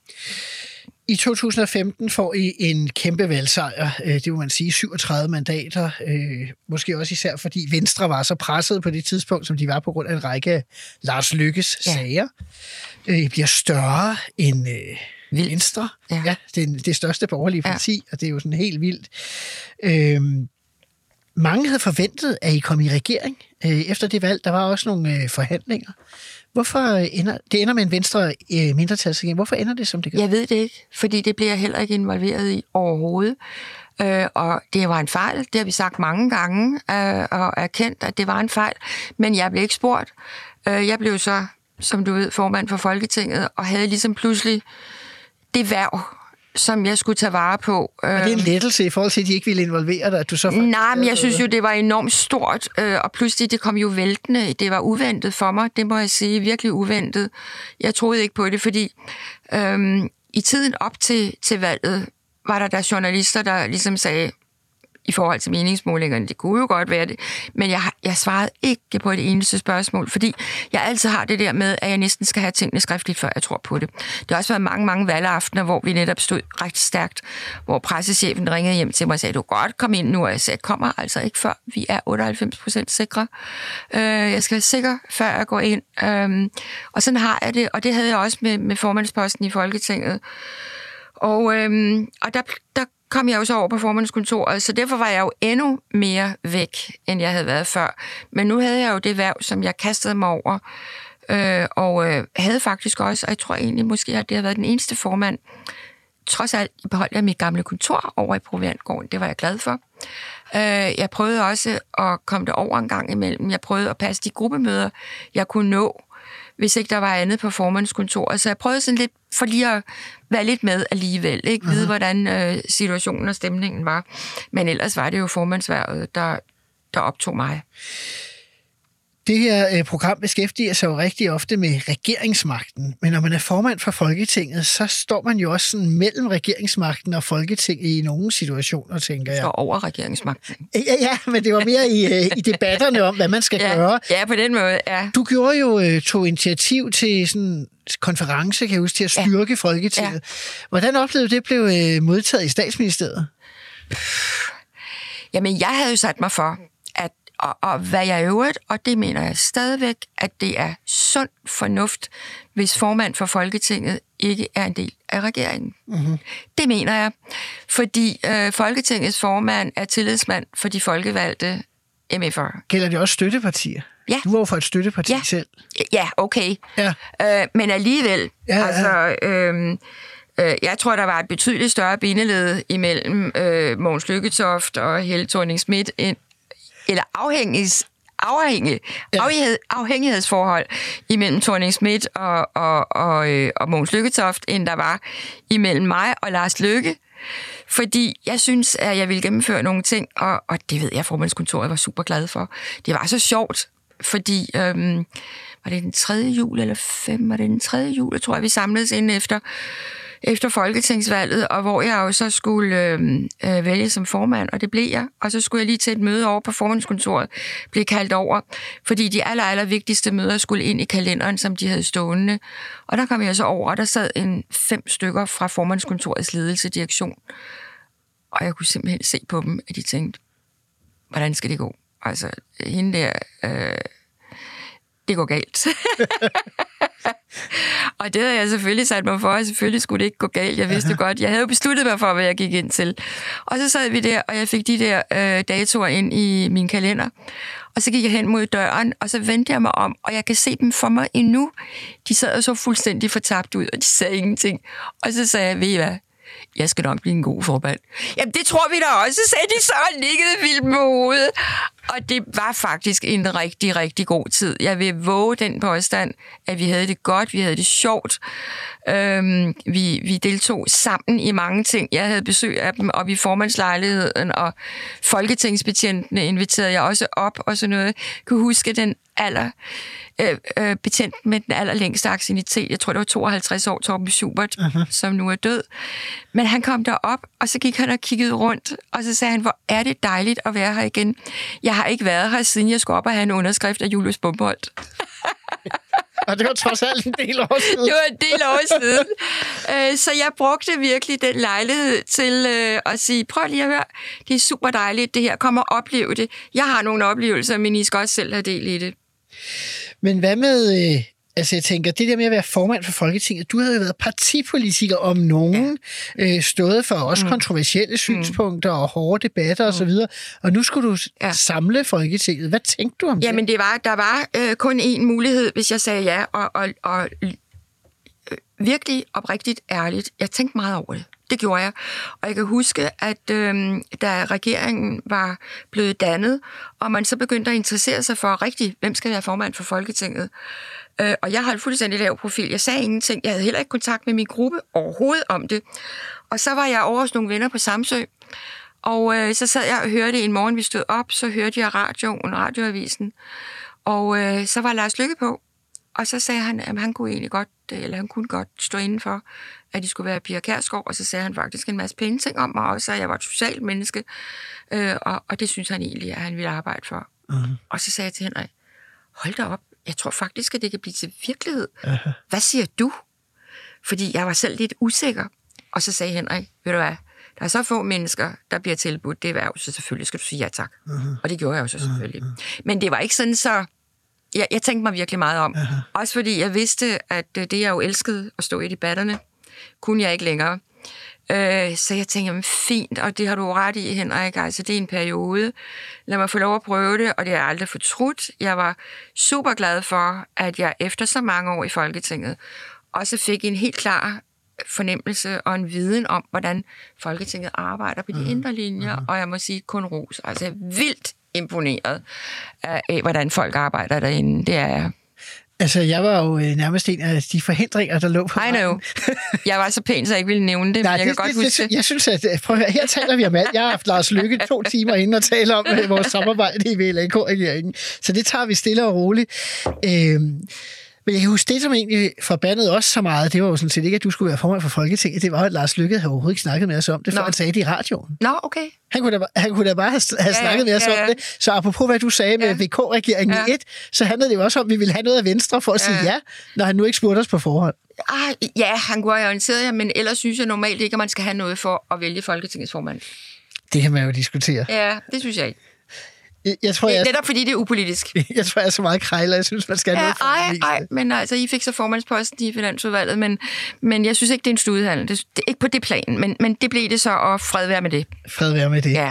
I to tusind og femten får I en kæmpe valgsejr, det må man sige, syvogtredive mandater, måske også især fordi Venstre var så presset på det tidspunkt, som de var på grund af en række af Lars Løkkes ja. sager. I bliver større end vildt. Venstre, ja. Ja, det er det største borgerlige parti, ja. Og det er jo sådan helt vildt. Øhm, mange havde forventet, at I kom i regering efter det valg. Der var også nogle forhandlinger. Hvorfor ender det ender med en Venstre mindretalsregering? Hvorfor ender det, som det gør? Jeg ved det ikke, fordi det bliver jeg heller ikke involveret i overhovedet. Øh, og det var en fejl. Det har vi sagt mange gange øh, og erkendt, at det var en fejl. Men jeg blev ikke spurgt. Øh, jeg blev så, som du ved, formand for Folketinget og havde ligesom pludselig det hverv, som jeg skulle tage vare på. Og det er en lettelse i forhold til, at de ikke ville involvere dig? At du så faktisk... Nej, men jeg synes jo, det var enormt stort, øh, og pludselig det kom jo væltende. Det var uventet for mig, det må jeg sige, virkelig uventet. Jeg troede ikke på det, fordi øh, i tiden op til, til valget var der der journalister, der ligesom sagde, i forhold til meningsmålingerne, det kunne jo godt være det, men jeg, jeg svarede ikke på det eneste spørgsmål, fordi jeg altid har det der med, at jeg næsten skal have tingene skriftligt, før jeg tror på det. Det har også været mange, mange valgaftener, hvor vi netop stod ret stærkt, hvor pressechefen ringede hjem til mig og sagde, du kan godt komme ind nu, og jeg sagde, kommer altså ikke før, vi er otteoghalvfems procent sikre. Øh, jeg skal være sikker, før jeg går ind. Øh, og sådan har jeg det, og det havde jeg også med, med formandsposten i Folketinget. Og, øh, og der, der kom jeg jo så over på formandskontoret, så derfor var jeg jo endnu mere væk, end jeg havde været før. Men nu havde jeg jo det værv, som jeg kastede mig over, øh, og øh, havde faktisk også, og jeg tror egentlig måske, at det har været den eneste formand, trods alt beholdt jeg mit gamle kontor over i Proviantgården. Det var jeg glad for. Øh, jeg prøvede også at komme derover en gang imellem. Jeg prøvede at passe de gruppemøder, jeg kunne nå, hvis ikke der var andet på formandskontoret. Så jeg prøvede sådan lidt, for lige at være lidt med alligevel, ikke vide, hvordan øh, situationen og stemningen var. Men ellers var det jo formandsværvet, der, der optog mig. Det her øh, program beskæftiger sig jo rigtig ofte med regeringsmagten, men når man er formand for Folketinget, så står man jo også sådan mellem regeringsmagten og Folketinget i nogle situationer, tænker jeg. Står over regeringsmagten. Ja, ja, men det var mere i, øh, i debatterne om, hvad man skal ja, gøre. Ja, på den måde, ja. Du gjorde jo øh, tog initiativ til sådan en konference, kan jeg huske, til at styrke ja. Folketinget. Ja. Hvordan oplevede det blev øh, modtaget i Statsministeriet? Jamen, jeg havde jo sat mig for, at Og, og hvad jeg øvrigt, og det mener jeg stadigvæk, at det er sund fornuft, hvis formand for Folketinget ikke er en del af regeringen. Mm-hmm. Det mener jeg, fordi øh, Folketingets formand er tillidsmand for de folkevalgte M F'ere. Gælder det også støttepartier? Ja. Du var jo for et støtteparti ja. selv. Ja, okay. Ja. Øh, men alligevel, ja, ja. altså... Øh, Jeg tror, der var et betydeligt større bindeled imellem øh, Mogens Lykketoft og Helle Thorning-Schmidt, eller afhængigheds, afhængig, ja. afhængighed, afhængighedsforhold imellem Thorning-Schmidt og, og, og, øh, og Mogens Lykketoft, end der var imellem mig og Lars Løkke. Fordi jeg synes, at jeg ville gennemføre nogle ting, og, og det ved jeg, at formandskontoret var super glad for. Det var så sjovt, fordi... Øh, var det den tredje jul eller fem? Var det den tredje jul, jeg tror, vi samledes ind efter... efter folketingsvalget, og hvor jeg jo så skulle øh, øh, vælge som formand, og det blev jeg. Og så skulle jeg lige til et møde over på formandskontoret, blive kaldt over, fordi de aller, aller vigtigste møder skulle ind i kalenderen, som de havde stående. Og der kom jeg så over, og der sad en fem stykker fra formandskontorets ledelse, direktion. Og jeg kunne simpelthen se på dem, at de tænkte, hvordan skal det gå? Altså, hende der... Øh, det går galt. Og det havde jeg selvfølgelig sat mig for, og selvfølgelig skulle det ikke gå galt. Jeg vidste det godt. Jeg havde jo besluttet mig for, hvad jeg gik ind til. Og så sad vi der, og jeg fik de der øh, datoer ind i min kalender. Og så gik jeg hen mod døren, og så vendte jeg mig om, og jeg kan se dem for mig endnu. De sad så fuldstændig fortabt ud, og de sagde ingenting. Og så sagde jeg, ved I hvad? Jeg skal nok blive en god formand. Jamen, det tror vi da også, sagde de så, og nikkede vildt med hovedet. Og det var faktisk en rigtig, rigtig god tid. Jeg vil våge den påstand, at vi havde det godt, vi havde det sjovt. Øhm, vi, vi deltog sammen i mange ting. Jeg havde besøg af dem op i formandslejligheden, og folketingsbetjentene inviterede jeg også op, og sådan noget. Jeg kan huske den aller... Øh, øh, betjent med den allerlængste anciennitet. Jeg tror, det var tooghalvtreds år, Torben Schubert, uh-huh. som nu er død. Men han kom derop, og så gik han og kiggede rundt, og så sagde han, hvor er det dejligt at være her igen. Jeg har ikke været her, siden jeg skulle op og have en underskrift af Julius Bomholt. Og det var trods alt en del år siden. Det var en del år siden. Så jeg brugte virkelig den lejlighed til at sige, prøv lige at høre, det er super dejligt, det her, kom og opleve det. Jeg har nogle oplevelser, men I skal også selv have del i det. Men hvad med, øh, altså jeg tænker, det der med at være formand for Folketinget, du havde jo været partipolitiker om nogen, ja. øh, stået for også mm. kontroversielle synspunkter mm. og hårde debatter mm. osv., og, og nu skulle du ja. samle Folketinget. Hvad tænkte du om det? Jamen det var, der var øh, kun én mulighed, hvis jeg sagde ja, og, og, og øh, virkelig oprigtigt ærligt. Jeg tænkte meget over det. Det gjorde jeg. Og jeg kan huske, at øh, da regeringen var blevet dannet, og man så begyndte at interessere sig for rigtig, hvem skal være formand for Folketinget. Øh, og jeg holdt fuldstændig lav profil. Jeg sagde ingenting. Jeg havde heller ikke kontakt med min gruppe overhovedet om det. Og så var jeg over hos nogle venner på Samsø. Og øh, så sad jeg og hørte en morgen, vi stod op, så hørte jeg radioen, radioavisen. Og øh, så var Lars Løkke på. Og så sagde han, at han kunne egentlig godt, eller han kunne godt stå indenfor, at de skulle være Pia Kjærsgaard, og så sagde han faktisk en masse pæne ting om mig også, at jeg var et socialt menneske, øh, og, og det synes han egentlig, at han ville arbejde for. Uh-huh. Og så sagde jeg til Henrik, hold da op, jeg tror faktisk, at det kan blive til virkelighed. Uh-huh. Hvad siger du? Fordi jeg var selv lidt usikker. Og så sagde Henrik, ved du hvad, der er så få mennesker, der bliver tilbudt det erhverv, så selvfølgelig skal du sige ja tak. Uh-huh. Og det gjorde jeg jo så selvfølgelig. Uh-huh. Men det var ikke sådan så... Jeg, jeg tænkte mig virkelig meget om. Aha. Også fordi jeg vidste, at det jeg jo elskede at stå i debatterne, kunne jeg ikke længere. Øh, så jeg tænkte, jamen fint, og det har du ret i, Henrik. Altså, det er en periode. Lad mig få lov at prøve det, og det har jeg aldrig fortrudt. Jeg var super glad for, at jeg efter så mange år i Folketinget også fik en helt klar fornemmelse og en viden om, hvordan Folketinget arbejder på de mm. indre linjer, mm. og jeg må sige kun ros. Altså, vildt imponeret af, hvordan folk arbejder derinde. Det er jeg. Altså, jeg var jo øh, nærmest en af de forhindringer, der lå på I know. Jeg var så pæn, så jeg ikke ville nævne det, Nej, men jeg det, kan det, godt det, huske det. Jeg synes, at prøv at høre, her taler vi om alt. Jeg har haft Lars Løkke to timer inden og tale om øh, vores samarbejde i V L A K-regeringen. Så det tager vi stille og roligt. Øhm, men jeg kan huske, det som egentlig forbandede os så meget, det var jo sådan set ikke, at du skulle være formand for Folketinget. Det var, at Lars Løkke havde overhovedet ikke snakket med os om det, før Nå. han sagde det i radioen. Nå, okay. Han kunne da, han kunne da bare have, have Ja, snakket med os ja, ja. om det. Så apropos, hvad du sagde med Ja. V K-regeringen Ja. i et, så handlede det jo også om, at vi ville have noget af Venstre for at sige Ja. ja, når han nu ikke spurgte os på forhånd. Ah, ja, han kunne have orienteret jer, men ellers synes jeg normalt ikke, at man skal have noget for at vælge Folketingets formand. Det kan man jo diskutere. Ja, det synes jeg ikke. Jeg, jeg tror, jeg, Netop fordi det er upolitisk. jeg tror, jeg er så meget krejler, jeg synes, man skal have Ja, noget for ej, det ej, men altså, I fik så formandsposten i Finansudvalget, men, men jeg synes ikke, det er en studehandel. Det, det er ikke på det plan, men, men det blev det så, og fred være med det. Fred være med det. Ja.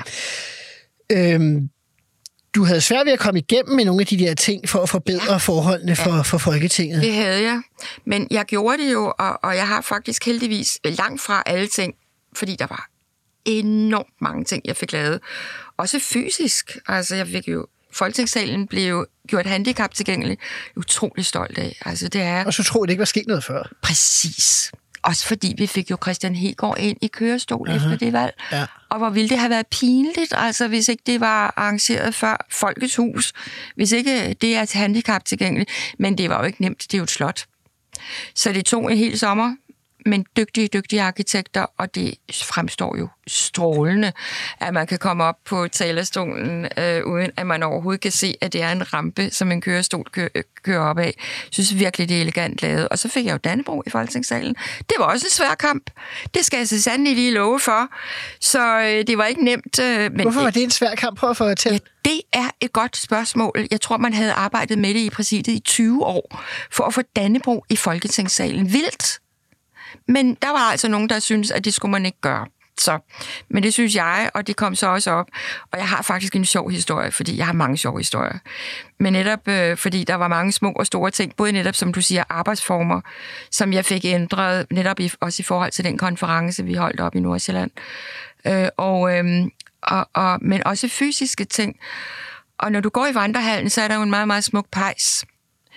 Øhm, du havde svært ved at komme igennem med nogle af de der ting for at forbedre ja. forholdene for, for Folketinget. Det havde jeg, men jeg gjorde det jo, og, og jeg har faktisk heldigvis langt fra alle ting, fordi der var enormt mange ting, jeg fik lavet. Også fysisk. Altså, jeg fik jo... Folketingssalen blev jo gjort handicap tilgængelig. Utrolig stolt af. Altså, det er... Og så tror jeg, det ikke var sket noget før. Præcis. Også fordi vi fik jo Christian Hegård ind i kørestol uh-huh. efter det valg. Ja. Og hvor ville det have været pinligt, altså hvis ikke det var arrangeret før Folkets Hus. Hvis ikke det er til handicap tilgængeligt. Men det var jo ikke nemt. Det er jo et slot. Så det tog en hel sommer. Men dygtige, dygtige arkitekter, og det fremstår jo strålende, at man kan komme op på talerstolen, øh, uden at man overhovedet kan se, at det er en rampe, som en kørestol kø- kører op af. Jeg synes virkelig, det er elegant lavet. Og så fik jeg jo Dannebrog i Folketingssalen. Det var også en svær kamp. Det skal jeg så sandelig lige love for. Så øh, det var ikke nemt. Øh, men Hvorfor var det, det en svær kamp på at få til? Ja, det er et godt spørgsmål. Jeg tror, man havde arbejdet med det i præsidiet i tyve år, for at få Dannebrog i Folketingssalen. Vildt. Men der var altså nogen, der syntes, at det skulle man ikke gøre. Så, men det synes jeg, og det kom så også op. Og jeg har faktisk en sjov historie, fordi jeg har mange sjove historier. Men netop øh, fordi der var mange små og store ting, både netop, som du siger, arbejdsformer, som jeg fik ændret, netop i, også i forhold til den konference, vi holdt op i Nordsjælland. Øh, og, øh, og, og, men også fysiske ting. Og når du går i vandrehallen, så er der jo en meget, meget smuk pejs,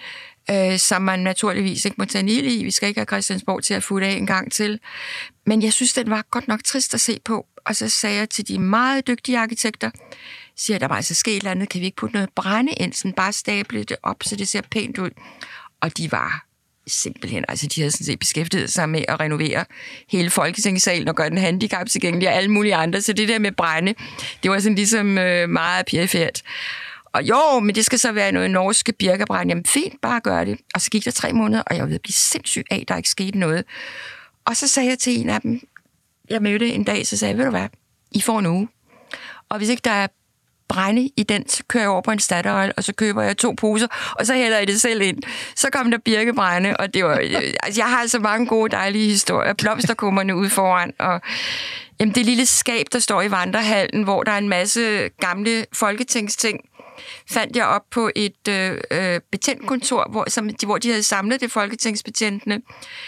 Øh, som man naturligvis ikke må tage en ild i. Vi skal ikke have Christiansborg til at futte af en gang til. Men jeg synes, den var godt nok trist at se på. Og så sagde jeg til de meget dygtige arkitekter, siger, der var altså sket et eller andet, kan vi ikke putte noget brænde ind, sådan bare stable det op, så det ser pænt ud. Og de var simpelthen, altså de havde sådan set beskæftiget sig med at renovere hele Folketingssalen og gøre den handicap tilgængelig og alle mulige andre. Så det der med brænde, det var sådan ligesom øh, meget perifert. Og jo, men det skal så være noget norske birkebrand. Jamen fint, bare gør det. Og så gik der tre måneder, og jeg var ved at blive sindssyg af, der ikke skete noget. Og så sagde jeg til en af dem, jeg mødte en dag, så sagde jeg, ved du hvad, I får en uge. Og hvis ikke der er brænde i den, så kører jeg over på en Statoil, og så køber jeg to poser, og så hælder jeg det selv ind. Så kom der birkebrænde, og det var... Altså, jeg har altså mange gode, dejlige historier. Blomsterkummerne ude foran, og... Jamen, det lille skab, der står i vandrehallen, hvor der er en masse gamle folketingsting, fandt jeg op på et øh, betjentkontor, hvor, som, hvor de havde samlet det folketingsbetjentene.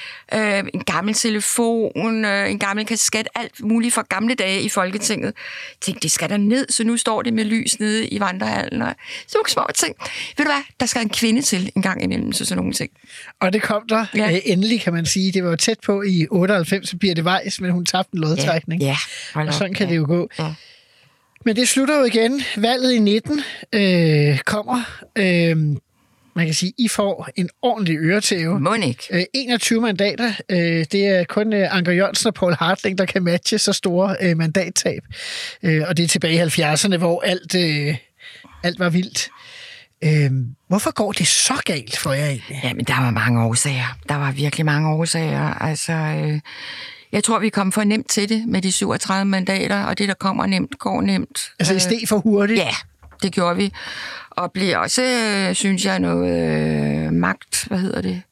Øh, en gammel telefon, øh, en gammel kasket, alt muligt fra gamle dage i Folketinget. Jeg tænkte, det skal der ned, så nu står det med lys nede i vandrehallen. Og så nogle små ting. Ved du hvad, der skal en kvinde til en gang imellem, så sådan nogle ting. Og det kom der ja. øh, endelig, kan man sige. Det var jo tæt på i otteoghalvfems, så bliver det vejs, men hun tabte en lodtrækning. Ja, ja. Og sådan kan ja. det jo gå. Ja. Men det slutter jo igen. Valget i nitten øh, kommer. Øh, man kan sige, I får en ordentlig øretæve. Må ikke. Øh, enogtyve mandater. Øh, det er kun øh, Anker Jørgensen og Poul Hartling, der kan matche så store øh, mandattab. Øh, og det er tilbage i halvfjerdserne, hvor alt, øh, alt var vildt. Øh, hvorfor går det så galt for jer egentlig? Jamen, der var mange årsager. Der var virkelig mange årsager. Altså... Øh Jeg tror, vi kom for nemt til det med de syvogtredive mandater, og det, der kommer nemt, går nemt. Altså i stedet for hurtigt? Ja, det gjorde vi. Og blev også, synes jeg, noget øh, magt, hvad hedder det?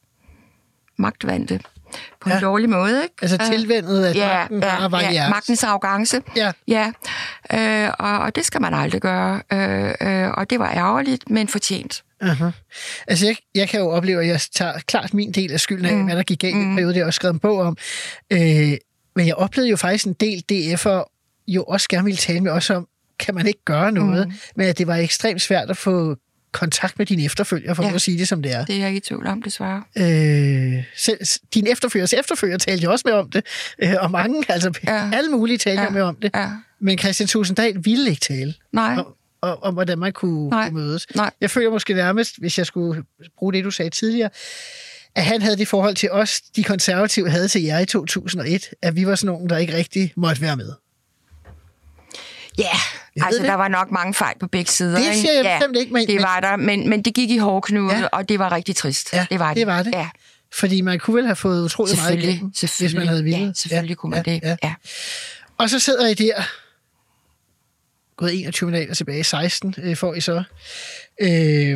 Magtvandte. På ja. en dårlig måde, ikke? Altså tilvændet, at ja, magten ja, bare var ja, jeres. magtens arrogance. Ja. ja. Øh, og, og det skal man aldrig gøre. Øh, øh, og det var ærgerligt, men fortjent. Uh-huh. Altså, jeg, jeg kan jo opleve, at jeg tager klart min del af skylden af, mm. hvad der gik galt i mm. periode, det har jeg også skrevet en bog om. Øh, men jeg oplevede jo faktisk en del D F'er jo også gerne ville tale med os om, kan man ikke gøre noget, mm. men at det var ekstremt svært at få kontakt med din efterfølger, for Ja. at sige det, som det er. Det er jeg ikke i tvivl om, desværre. Øh, selv, din efterfølgers efterfølger talte jo også med om det, øh, og mange, altså Ja. alle mulige talte Ja. med om det, Ja. men Kristian Thulesen Dahl ville ikke tale Nej. om, om, om hvordan man kunne, Nej. kunne mødes. Nej. Jeg føler måske nærmest, hvis jeg skulle bruge det, du sagde tidligere, at han havde det forhold til os, de konservative havde til jer i to tusind og et, at vi var sådan nogen, der ikke rigtig måtte være med. Ja, Jeg altså ved det. der var nok mange fejl på begge sider. Det ikke? siger jeg ja, bestemt ikke, men- det men- var der, men, men det gik i hårdknude, Ja. og det var rigtig trist. Ja, det var det. det var det. Ja, Fordi man kunne vel have fået utrolig meget selvfølgelig, igennem, selvfølgelig. hvis man havde villet. Ja, selvfølgelig kunne man det. Ja. Og så sidder I der, gået enogtyve mandater tilbage, seksten øh, får I så, øh,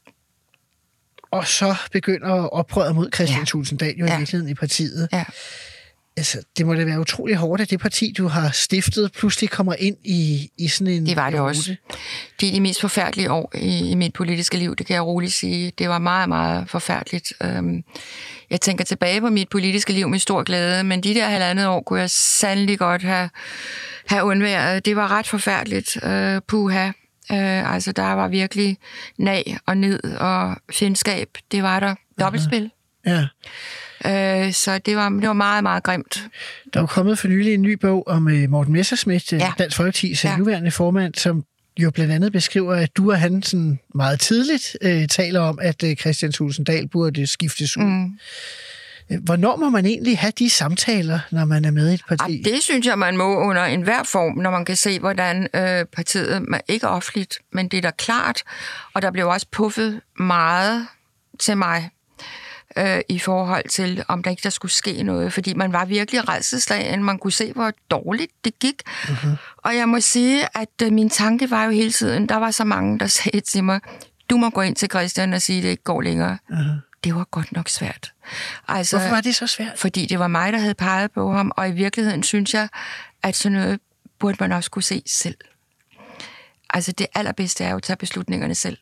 og så begynder oprøret mod Kristian Ja. Thulesen Dahl jo i Ja. virkeligheden i partiet. Ja. Altså, det må da være utrolig hårdt, at det parti, du har stiftet, pludselig kommer ind i, i sådan en... Det var det rute. også. Det er de mest forfærdelige år i, i mit politiske liv, det kan jeg roligt sige. Det var meget, meget forfærdeligt. Øhm, jeg tænker tilbage på mit politiske liv med stor glæde, men de der halvandet år kunne jeg sandelig godt have, have undværet. Det var ret forfærdeligt. Øh, puha. Øh, altså, der var virkelig nag og ned og fjendskab. Det var der. Dobbeltspil. Ja. Øh, så det var, det var meget, meget grimt. Der er jo kommet for nylig en ny bog om uh, Morten Messerschmidt, ja. Ja. Dansk Folkepartis Ja. nuværende formand, som jo blandt andet beskriver, at du og han sådan meget tidligt uh, taler om, at uh, Kristian Thulesen Dahl burde skiftes ud. Mm. Hvornår må man egentlig have de samtaler, når man er med i et parti? Og det synes jeg, man må under enhver form, når man kan se, hvordan øh, partiet, man, ikke offentligt, men det er da klart, og der blev også puffet meget til mig, øh, i forhold til, om der ikke der skulle ske noget, fordi man var virkelig rædselsslagen, man kunne se, hvor dårligt det gik. Uh-huh. Og jeg må sige, at øh, min tanke var jo hele tiden, der var så mange, der sagde til mig, du må gå ind til Christian og sige, at det ikke går længere. Uh-huh. Det var godt nok svært. Altså, Hvorfor var det så svært? Fordi det var mig, der havde peget på ham, og i virkeligheden synes jeg, at sådan noget burde man også kunne se selv. Altså det allerbedste er jo at tage beslutningerne selv.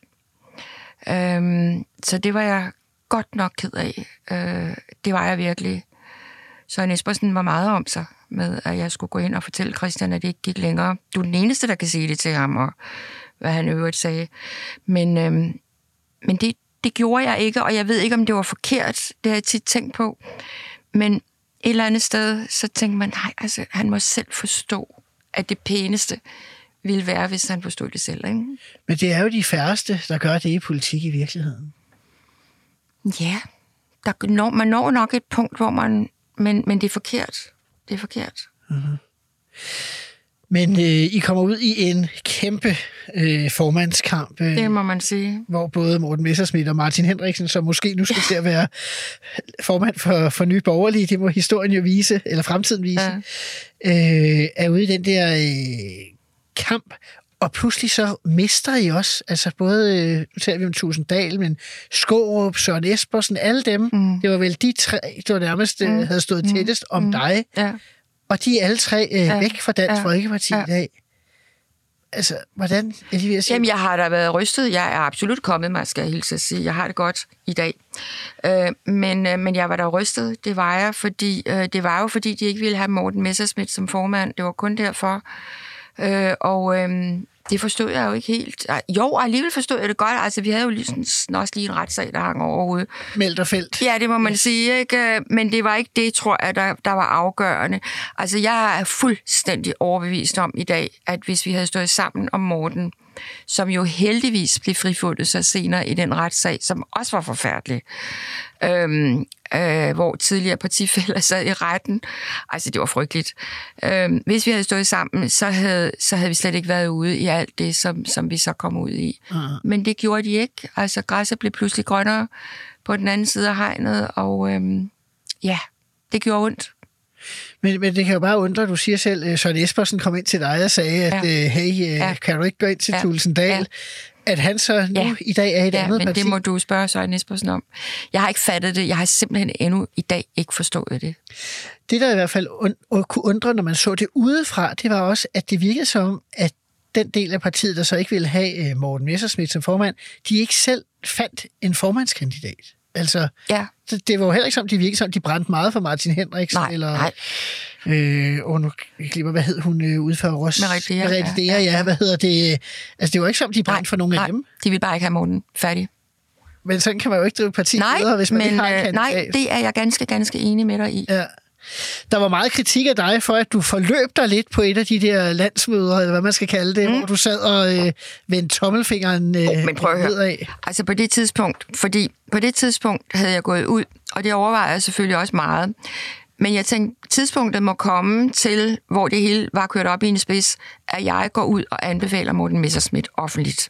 Øhm, så det var jeg godt nok ked af. Øh, det var jeg virkelig. Søren Espersen var meget om sig med, at jeg skulle gå ind og fortælle Christian, at det ikke gik længere. Du er den eneste, der kan sige det til ham, og hvad han øvrigt sagde. Men, øhm, men det, det gjorde jeg ikke, og jeg ved ikke, om det var forkert. Det har jeg tit tænkt på. Men et eller andet sted, så tænkte man, nej, altså, han må selv forstå, at det pæneste ville være, hvis han forstod det selv, ikke? Men det er jo de færreste, der gør det i politik i virkeligheden. Ja, der når, man når nok et punkt, hvor man... Men, men det er forkert. Det er forkert. Mm-hmm. Men øh, I kommer ud i en kæmpe øh, formandskamp. Øh, Det må man sige. Hvor både Morten Messerschmidt og Martin Henriksen, som måske nu skal til at være formand for, for Nye Borgerlige, det må historien jo vise, eller fremtiden vise, ja. øh, er ude i den der øh, kamp. Og pludselig så mister I også, altså både, øh, nu taler vi om Thulesen Dahl, men Skaarup, Søren Espersen, alle dem, mm. det var vel de tre, der nærmest øh, havde stået tættest om mm. dig. Ja. Og de er alle tre øh, ja. væk fra Dansk ja. Folkeparti ja. i dag. Altså, hvordan er de ved at sige? Jamen, jeg har da været rystet. Jeg er absolut kommet mig, skal jeg hilse at sige. Jeg har det godt i dag. Øh, men, øh, men jeg var da rystet. Det var jeg, fordi, øh, det var jo fordi, de ikke ville have Morten Messerschmidt som formand. Det var kun derfor. Øh, og øh, det forstod jeg jo ikke helt. Jo, og alligevel forstod jeg det godt. Altså, vi havde jo lige sådan, også lige en retssag, der hang overhovedet. Melderfelt. Ja, det må man sige, ikke? Men det var ikke det, tror jeg, der, der var afgørende. Altså, jeg er fuldstændig overbevist om i dag, at hvis vi havde stået sammen om Morten, som jo heldigvis blev frifundet så senere i den retssag, som også var forfærdelig, øhm, øh, hvor tidligere partifæller sad i retten. Altså, det var frygteligt. Øhm, hvis vi havde stået sammen, så havde, så havde vi slet ikke været ude i alt det, som, som vi så kom ud i. Uh-huh. Men det gjorde de ikke. Altså, græsset blev pludselig grønnere på den anden side af hegnet, og øhm, ja, det gjorde ondt. Men, men det kan jo bare undre, du siger selv, at Søren Espersen kom ind til dig og sagde, at ja. hey, ja. kan du ikke gå ind til ja. Thulesen Dahl? Ja. At han så nu ja. i dag er et ja, andet men parti. Det må du spørge Søren Espersen om. Jeg har ikke fattet det. Jeg har simpelthen endnu i dag ikke forstået det. Det, der i hvert fald und- kunne undre, når man så det udefra, det var også, at det virkede som, at den del af partiet, der så ikke ville have Morten Messerschmidt som formand, de ikke selv fandt en formandskandidat. Altså, Ja. det, det var jo heller ikke som, de virkede som, de brændte meget for Martin Henriksen. Nej, eller, nej. Øh, og nu glemmer, hvad hed hun øh, ude for Ros? Merete Dea, Merete Dea, ja, ja. Hvad hedder det? Altså, det var ikke som, de brændte Nej, for nogle nej, af dem. de ville bare ikke have Morten færdig. Men sådan kan man jo ikke drive parti Nej, videre, hvis man men, ikke har en øh, kandidat. nej, det er jeg ganske, ganske enig med dig i. Ja. Der var meget kritik af dig for, at du forløb dig lidt på et af de der landsmøder, eller hvad man skal kalde det, mm. hvor du sad og øh, vendte tommelfingeren øh, oh, men prøv at høre. nedad. Altså på det tidspunkt, fordi på det tidspunkt havde jeg gået ud, og det overvejede jeg selvfølgelig også meget. Men jeg tænkte, tidspunktet må komme til, hvor det hele var kørt op i en spids, at jeg går ud og anbefaler Morten Messerschmidt offentligt.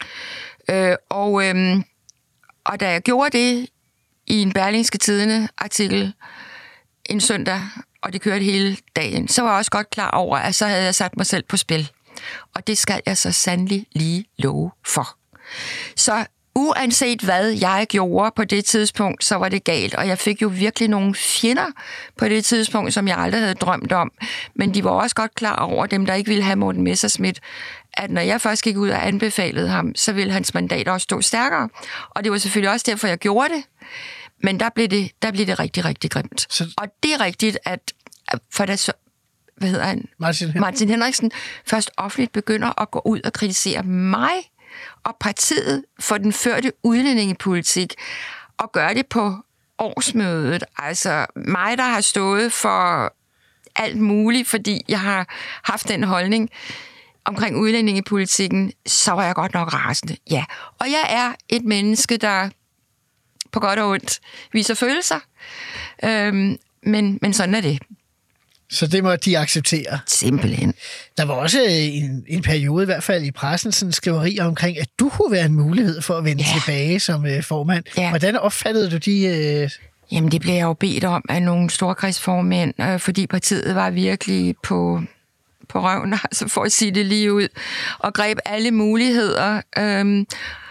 Øh, og, øh, og da jeg gjorde det i en Berlingske Tidende artikel en søndag, og det kørte hele dagen, så var jeg også godt klar over, at så havde jeg sat mig selv på spil. Og det skal jeg så sandelig lige love for. Så uanset hvad jeg gjorde på det tidspunkt, så var det galt. Og jeg fik jo virkelig nogle fjender på det tidspunkt, som jeg aldrig havde drømt om. Men de var også godt klar over, dem der ikke ville have Morten Messerschmidt, at når jeg først gik ud og anbefalede ham, så ville hans mandat også stå stærkere. Og det var selvfølgelig også derfor, jeg gjorde det. Men der blev det, der blev det rigtig, rigtig grimt. Så... Og det er rigtigt, at for der så, hvad hedder han? Martin Henriksen. Martin Henriksen først offentligt begynder at gå ud og kritisere mig og partiet for den førte udlændingepolitik, og gøre det på årsmødet. Altså mig, der har stået for alt muligt, fordi jeg har haft den holdning omkring udlændingepolitikken, så var jeg godt nok rasende. Ja, og jeg er et menneske, der på godt og ondt viser følelser, øhm, men, men sådan er det. Så det må de acceptere. Simpelthen. Der var også en, en periode, i hvert fald i pressen, sådan skriverier omkring, at du kunne være en mulighed for at vende Ja. tilbage som øh, formand. Ja. Hvordan opfattede du de... Øh... Jamen, det blev jeg jo bedt om af nogle storkredsformænd, øh, fordi partiet var virkelig på, på røven, altså for at sige det lige ud, og greb alle muligheder. Øh,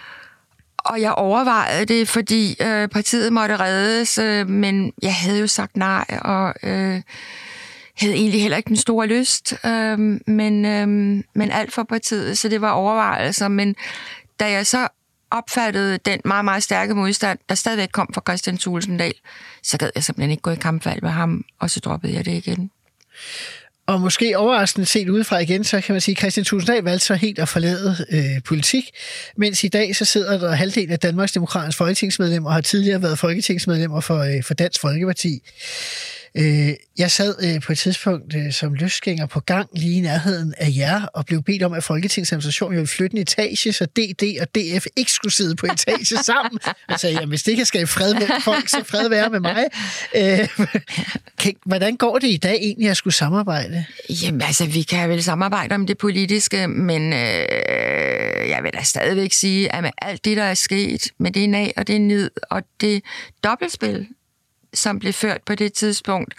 og jeg overvejede det, fordi øh, partiet måtte reddes, øh, men jeg havde jo sagt nej, og... Øh, havde egentlig heller ikke den store lyst, øh, men, øh, men alt for partiet, så det var overvejelser. Men da jeg så opfattede den meget, meget stærke modstand, der stadigvæk kom fra Kristian Thulesen Dahl, så gad jeg simpelthen ikke gå i kampvalg med ham, og så droppede jeg det igen. Og måske overraskende set udefra igen, så kan man sige, at Kristian Thulesen Dahl valgte så helt at forlade øh, politik, mens i dag så sidder der halvdelen af Danmarks Demokraternes folketingsmedlemmer og har tidligere været folketingsmedlemmer for, øh, for Dansk Folkeparti. Øh, jeg sad øh, på et tidspunkt øh, som løsgænger på gang lige i nærheden af jer, og blev bedt om, at Folketingsadministrationen ville flytte en etage, så D D og D F ikke skulle sidde på etage sammen. Og sagde, jamen, hvis det kan skabe fred med folk, så fred være med mig. Øh, kan, hvordan går det i dag egentlig at skulle samarbejde? Jamen altså, vi kan vel samarbejde om det politiske, men øh, jeg vil da stadigvæk sige, at med alt det, der er sket, med det nag og det nid og det dobbeltspil, som blev ført på det tidspunkt.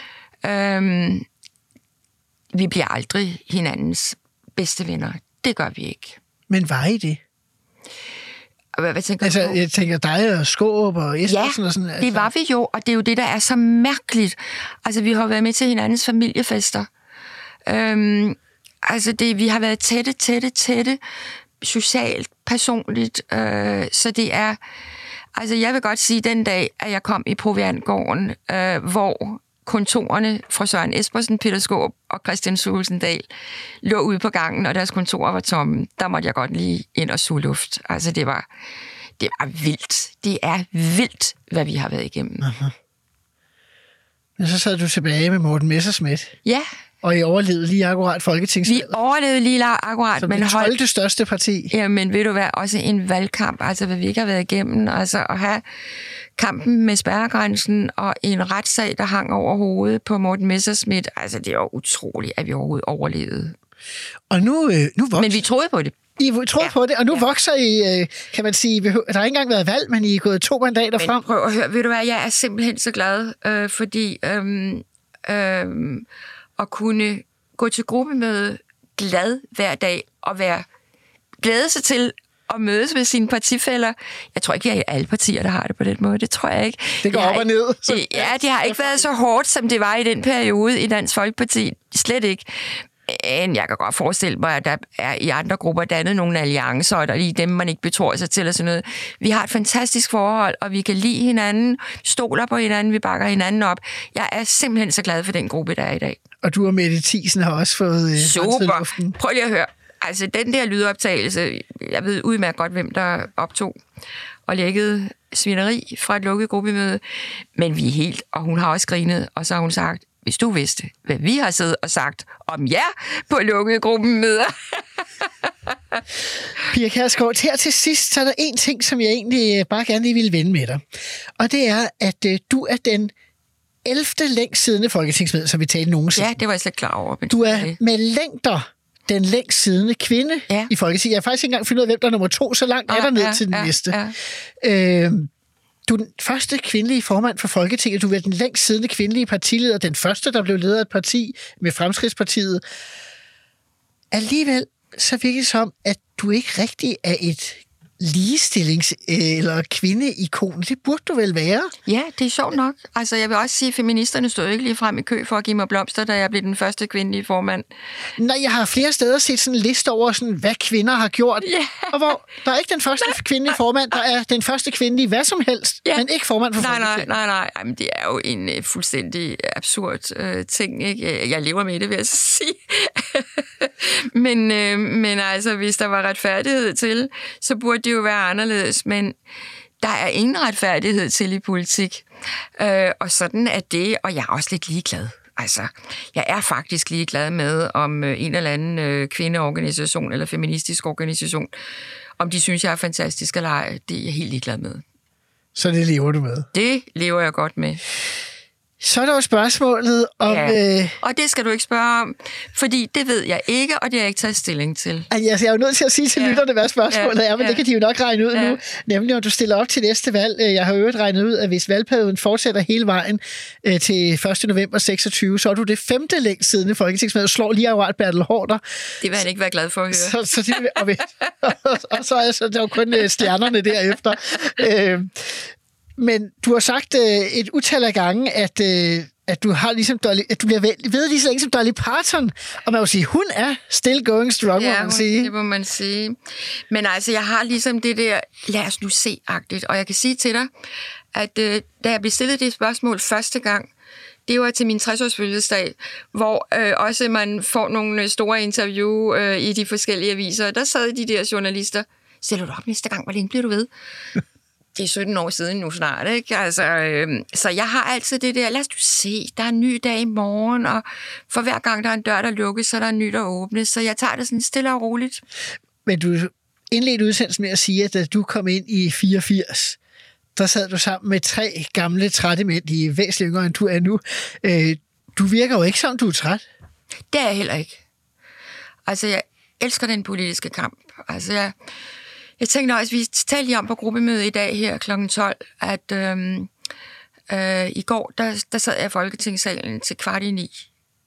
Øhm, vi bliver aldrig hinandens bedste venner. Det gør vi ikke. Men var I det? Hvad, hvad tænker altså, du? jeg tænker dig og Skåb og Espersen ja, og sådan. Altså. det var vi jo, og det er jo det, der er så mærkeligt. Altså, vi har været med til hinandens familiefester. Øhm, altså, det, vi har været tætte, tætte, tætte, socialt, personligt. Øh, så det er... Altså, jeg vil godt sige, den dag, at jeg kom i Proviantgården, øh, hvor kontorerne fra Søren Espersen, Peter Skaarup og Kristian Thulesen Dahl lå ude på gangen, og deres kontorer var tomme, der måtte jeg godt lige ind og suge luft. Altså, det var, det var vildt. Det er vildt, hvad vi har været igennem. Aha. Men så sad du tilbage med Morten Messerschmidt. Ja. Og I overlevede lige akkurat folketingsvalget. Vi overlevede lige akkurat. Som men det tolvte største parti. Ja, men ved du hvad, også en valgkamp, altså hvad vi ikke har været igennem, altså at have kampen med spærregrænsen og en retssag, der hang over hovedet på Morten Messerschmidt, altså det var utroligt, at vi overhovedet overlevede. Og nu, øh, nu vokser... Men vi troede på det. I troede ja. på det, og nu ja. vokser I, kan man sige, der har ikke engang været valg, men I er gået to mandater men frem. Prøv at høre, ved du hvad, jeg er simpelthen så glad, øh, fordi øh, øh, at kunne gå til gruppemøde glad hver dag og være glæde sig til at mødes med sine partifæller. Jeg tror ikke, at alle partier, der har det på den måde. Det tror jeg ikke. Det går op og ned. Det, ja, det har ikke været så hårdt, som det var i den periode i Dansk Folkeparti. Slet ikke. Men jeg kan godt forestille mig, at der er i andre grupper dannet nogle alliancer, og der er lige dem, man ikke betror sig til og sådan noget. Vi har et fantastisk forhold, og vi kan lide hinanden, stoler på hinanden, vi bakker hinanden op. Jeg er simpelthen så glad for den gruppe, der er i dag. Og du og Mette Thiesen har også fået øh, super. Prøv lige at høre. Altså, den der lydoptagelse, jeg ved udmærket godt, hvem der optog og lækkede svineri fra et lukket gruppemøde, men vi er helt, og hun har også grinet, og så har hun sagt, hvis du vidste, hvad vi har siddet og sagt om jer på lukkede gruppemøder. Pia Kjærsgaard, her til sidst, så er der en ting, som jeg egentlig bare gerne lige ville vende med dig. Og det er, at øh, du er den ellevte længst siddende folketingsmedlem, som vi talte nogensinde. Ja, det var jeg slet klar over. Du er med længder den længst siddende kvinde ja. i Folketinget. Jeg har faktisk ikke engang fundet ud af, hvem der er nummer to, så langt ja, er der ned ja, til den ja, næste. Ja. Øh, du er den første kvindelige formand for Folketinget. Du er den længst siddende kvindelige partileder. Den første, der blev leder af et parti med Fremskridtspartiet. Alligevel så virker det som, at du ikke rigtig er et ligestillings- eller kvindeikon. Det burde du vel være? Ja, det er sjovt nok. Altså, jeg vil også sige, at feministerne stod ikke lige frem i kø for at give mig blomster, da jeg blev den første kvindelige formand. Nej, jeg har flere steder set sådan en liste over, sådan, hvad kvinder har gjort. Yeah. Og hvor der er ikke den første nej, kvindelige formand, der er den første kvindelige hvad som helst, yeah. men ikke formand for nej, Folketinget. Nej, nej, nej. Jamen, det er jo en uh, fuldstændig absurd uh, ting, ikke? Jeg lever med det, vil jeg sige. men, uh, men altså, hvis der var retfærdighed til, så burde det jo være anderledes, men der er ingen retfærdighed til i politik. Øh, og sådan er det, og jeg er også lidt ligeglad. Altså, jeg er faktisk ligeglad med, om øh, en eller anden øh, kvindeorganisation eller feministisk organisation, om de synes, jeg er fantastisk eller ej, det er jeg helt ligeglad med. Så det lever du med? Det lever jeg godt med. Så er der jo spørgsmålet om... Ja. Øh... Og det skal du ikke spørge om, fordi det ved jeg ikke, og det har jeg ikke taget stilling til. Altså, jeg er jo nødt til at sige til ja. lytterne, hvad spørgsmålet ja. er, men ja. det kan de jo nok regne ud ja. nu. Nemlig, om du stiller op til næste valg. Jeg har jo øvrigt regnet ud, at hvis valgperioden fortsætter hele vejen øh, til første november seksogtyve, så er du det femte længst siddende folketingsmedlem og slår lige akkurat Bertel Haarder. Det vil han ikke være glad for at høre. Så, så det, og, og, og så er så, der jo kun øh, stjernerne derefter. Øh, Men du har sagt øh, et utal af gange, at, øh, at du har ligesom Dolly, at du bliver ved, ved lige så længe som Dolly Parton, og man må sige, hun er still going strong, ja, må man hun, sige. det må man sige. Men altså, jeg har ligesom det der, lad os nu se-agtigt, og jeg kan sige til dig, at øh, da jeg blev stillet det spørgsmål første gang, det var til min tres-års fødselsdag, hvor øh, også man får nogle store interview øh, i de forskellige aviser, der sad de der journalister, stiller du op næste gang, hvor længe bliver du ved? Det er sytten år siden nu snart, ikke? Altså, øh, så jeg har altid det der, lad os du se, der er en ny dag i morgen, og for hver gang der er en dør, der lukkes, så er der en ny, der åbnes, så jeg tager det sådan stille og roligt. Men du indledte udsendelsen med at sige, at da du kom ind i fireogfirs, der sad du sammen med tre gamle trætte mænd, de er væsentligt yngre, end du er nu. Øh, du virker jo ikke som, du er træt. Det er jeg heller ikke. Altså, jeg elsker den politiske kamp. Altså, jeg... Jeg tænkte også, vi talte lige om på gruppemødet i dag her klokken tolv, at øhm, øh, i går, der, der sad jeg i Folketingssalen til kvart i ni.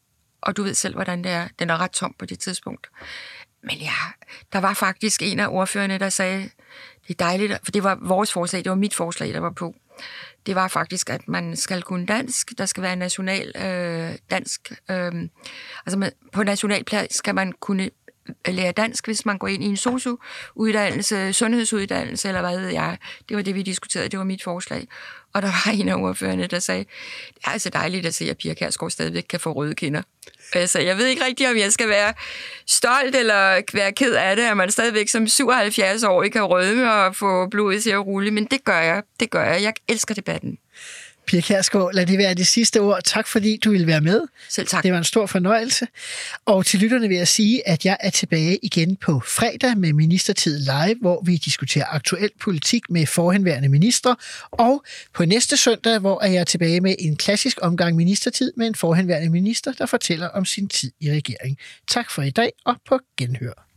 Og du ved selv, hvordan det er. Den er ret tom på det tidspunkt. Men ja, der var faktisk en af ordførerne, der sagde, det er dejligt, for det var vores forslag, det var mit forslag, der var på. Det var faktisk, at man skal kunne dansk. Der skal være national øh, dansk. Øh, altså med, på nationalplan skal man kunne lære dansk, hvis man går ind i en sosu-uddannelse, sundhedsuddannelse, eller hvad ved jeg. Det var det, vi diskuterede. Det var mit forslag. Og der var en af ordførerne, der sagde, det er altså dejligt at se, at Pia Kjærsgaard stadigvæk kan få røde kinder. Altså, jeg ved ikke rigtigt, om jeg skal være stolt eller være ked af det, at man stadigvæk som syvoghalvfjerds-årig kan rødme og få blodet til at rulle, men det gør jeg. Det gør jeg. Jeg elsker debatten. Pia Kjærsgaard, lad det være det sidste ord. Tak fordi du ville være med. Selv tak. Det var en stor fornøjelse. Og til lytterne vil jeg sige, at jeg er tilbage igen på fredag med Ministertid Live, hvor vi diskuterer aktuel politik med forhenværende ministre. Og på næste søndag, hvor jeg er tilbage med en klassisk omgang ministertid med en forhenværende minister, der fortæller om sin tid i regering. Tak for i dag og på genhør.